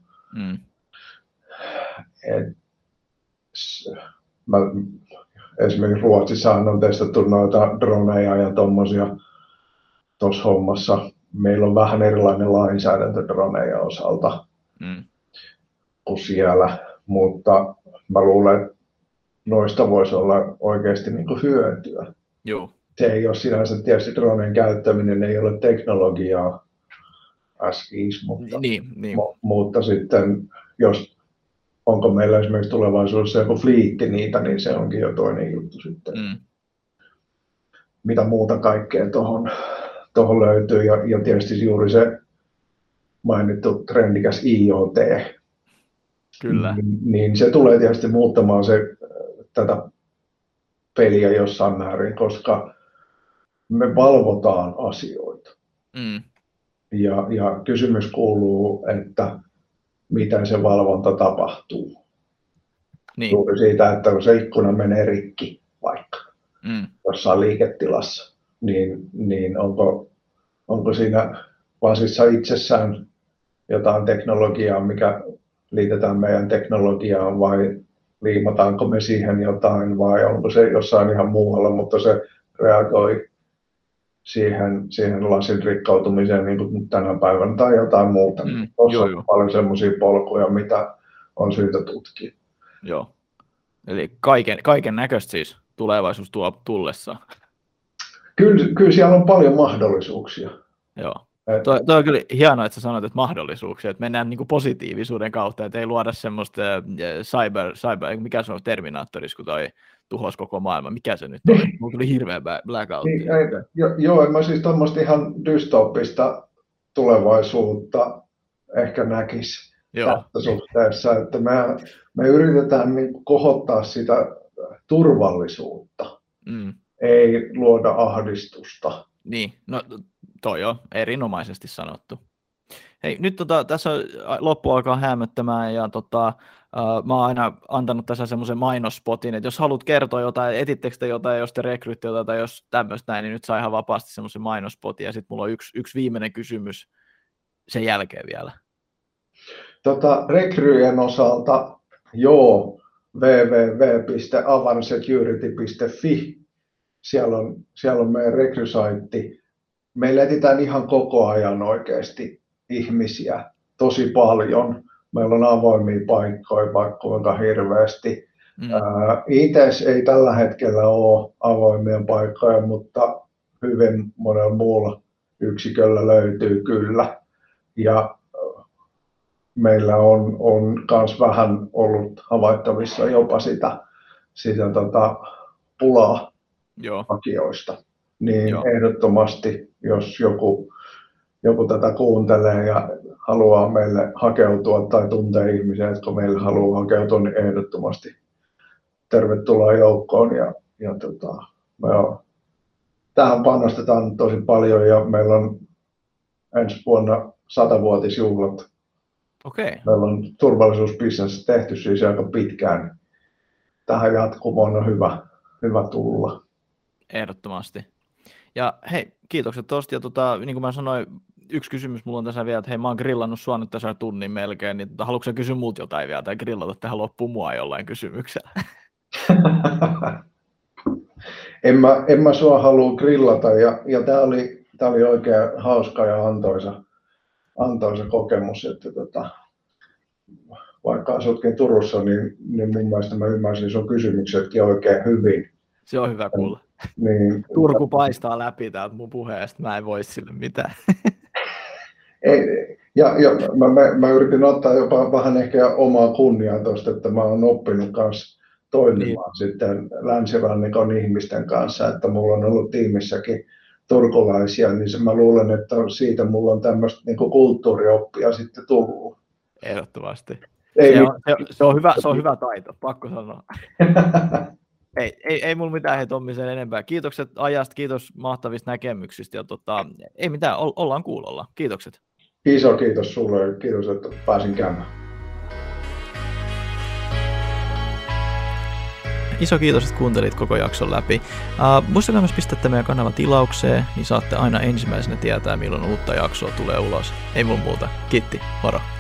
Esimerkiksi Ruotsissa on testattu noita droneja ja tommosia tuossa hommassa. Meillä on vähän erilainen lainsäädäntö droneja osalta kuin siellä, mutta mä luulen, että noista voisi olla oikeasti niin kuin hyötyä. Joo. Se ei ole sinänsä tietysti droneen käyttäminen, ei ole teknologiaa as is, mutta sitten jos onko meillä esimerkiksi tulevaisuudessa joku fliitti niitä, niin se onkin jo toinen juttu sitten. Mitä muuta kaikkea tuohon löytyy ja tietysti juuri se mainittu trendikäs IoT. Kyllä. Niin se tulee tietysti muuttamaan tätä peliä jossain määrin, koska me valvotaan asioita. Ja kysymys kuuluu, että miten se valvonta tapahtuu. Juuri siitä, että kun se ikkuna menee rikki vaikka jossain liiketilassa, niin onko siinä lasissa itsessään jotain teknologiaa, mikä liitetään meidän teknologiaan vai liimataanko me siihen jotain vai onko se jossain ihan muualla, mutta se reagoi siihen lasin rikkautumiseen niin kuin tänä päivänä tai jotain muuta. Tuossa on paljon semmoisia polkuja, mitä on syytä tutkia. Joo. Eli kaiken näköistä siis tulevaisuus tuo tullessa. Kyllä siellä on paljon mahdollisuuksia. Joo. Toi on kyllä hienoa, että sä sanoit, että mahdollisuuksia, että mennään niin kuin positiivisuuden kautta, että ei luoda semmoista cyber, mikä se on Terminaattorissa, kun toi tuhosi koko maailma. Mikä se nyt oli? Mulla tuli hirveä blackout. Joo, mä siis tuommoista ihan dystopista tulevaisuutta ehkä näkisi tässä suhteessa, että me yritetään niin kohottaa sitä turvallisuutta, ei luoda ahdistusta. Niin, no toi on erinomaisesti sanottu. Hei, nyt tässä loppu alkaa häämöttämään ja mä oon aina antanut tässä semmoisen mainospotin, että jos haluat kertoa jotain, etittekö te jotain, jos te rekryytte jotain tai jos tämmöistä näin, niin nyt saa ihan vapaasti semmoisen mainospotin ja sitten mulla on yksi viimeinen kysymys sen jälkeen vielä. Rekryjen osalta www.avansecurity.fi. Siellä on meidän rekrysaitti. Meillä etsitään ihan koko ajan oikeasti ihmisiä tosi paljon. Meillä on avoimia paikkoja vaikka kuinka hirveästi. IT:s ei tällä hetkellä ole avoimia paikkoja, mutta hyvin monella muulla yksiköllä löytyy kyllä. Ja meillä on myös vähän ollut havaittavissa jopa sitä pulaa hakijoista. Niin ehdottomasti, jos joku tätä kuuntelee ja haluaa meille hakeutua tai tuntee ihmisiä, jotka meille haluaa hakeutua, niin ehdottomasti tervetuloa joukkoon. Tähän panostetaan tosi paljon ja meillä on ensi vuonna 100-vuotisjuhlat. Okay. Meillä on turvallisuusbisnes tehty siis aika pitkään. Tähän jatkumoon on hyvä tulla. Ehdottomasti. Ja hei, kiitokset tosta. Ja niin kuin mä sanoin, yksi kysymys mulla on tässä vielä, että hei, mä oon grillannut sua nyt tässä tunnin melkein, niin haluatko sä kysyä multa jotain vielä tai grillata tähän loppuun mua jollain kysymyksellä? En mä sua halua grillata ja tää oli oikein hauska ja antoisa kokemus, että vaikka asutkin Turussa, niin mun mielestä mä ymmärsin sun kysymyksetkin oikein hyvin. Se on hyvä kuulla. Niin, Turku paistaa läpi täältä mun puheesta, mä en voi sille mitään. Mä yritin ottaa jopa vähän ehkä omaa kunniaa tuosta, että mä oon oppinut kanssa toimimaan sitten länsirannikon ihmisten kanssa, että mulla on ollut tiimissäkin turkulaisia, niin mä luulen, että siitä mulla on tämmöistä niin kuin kulttuurioppia sitten tullut. Ehdottomasti. Se on hyvä taito, pakko sanoa. Ei mulla mitään hei Tommi sen enempää. Kiitokset ajasta, kiitos mahtavista näkemyksistä ja ei mitään, ollaan kuulolla. Kiitokset. Iso kiitos sulle ja kiitos, että pääsin käymään. Iso kiitos, että kuuntelit koko jakson läpi. Muistakaa myös pistää meidän kanava tilaukseen, niin saatte aina ensimmäisenä tietää, milloin uutta jaksoa tulee ulos. Ei mulla muuta. Kiitti, moro.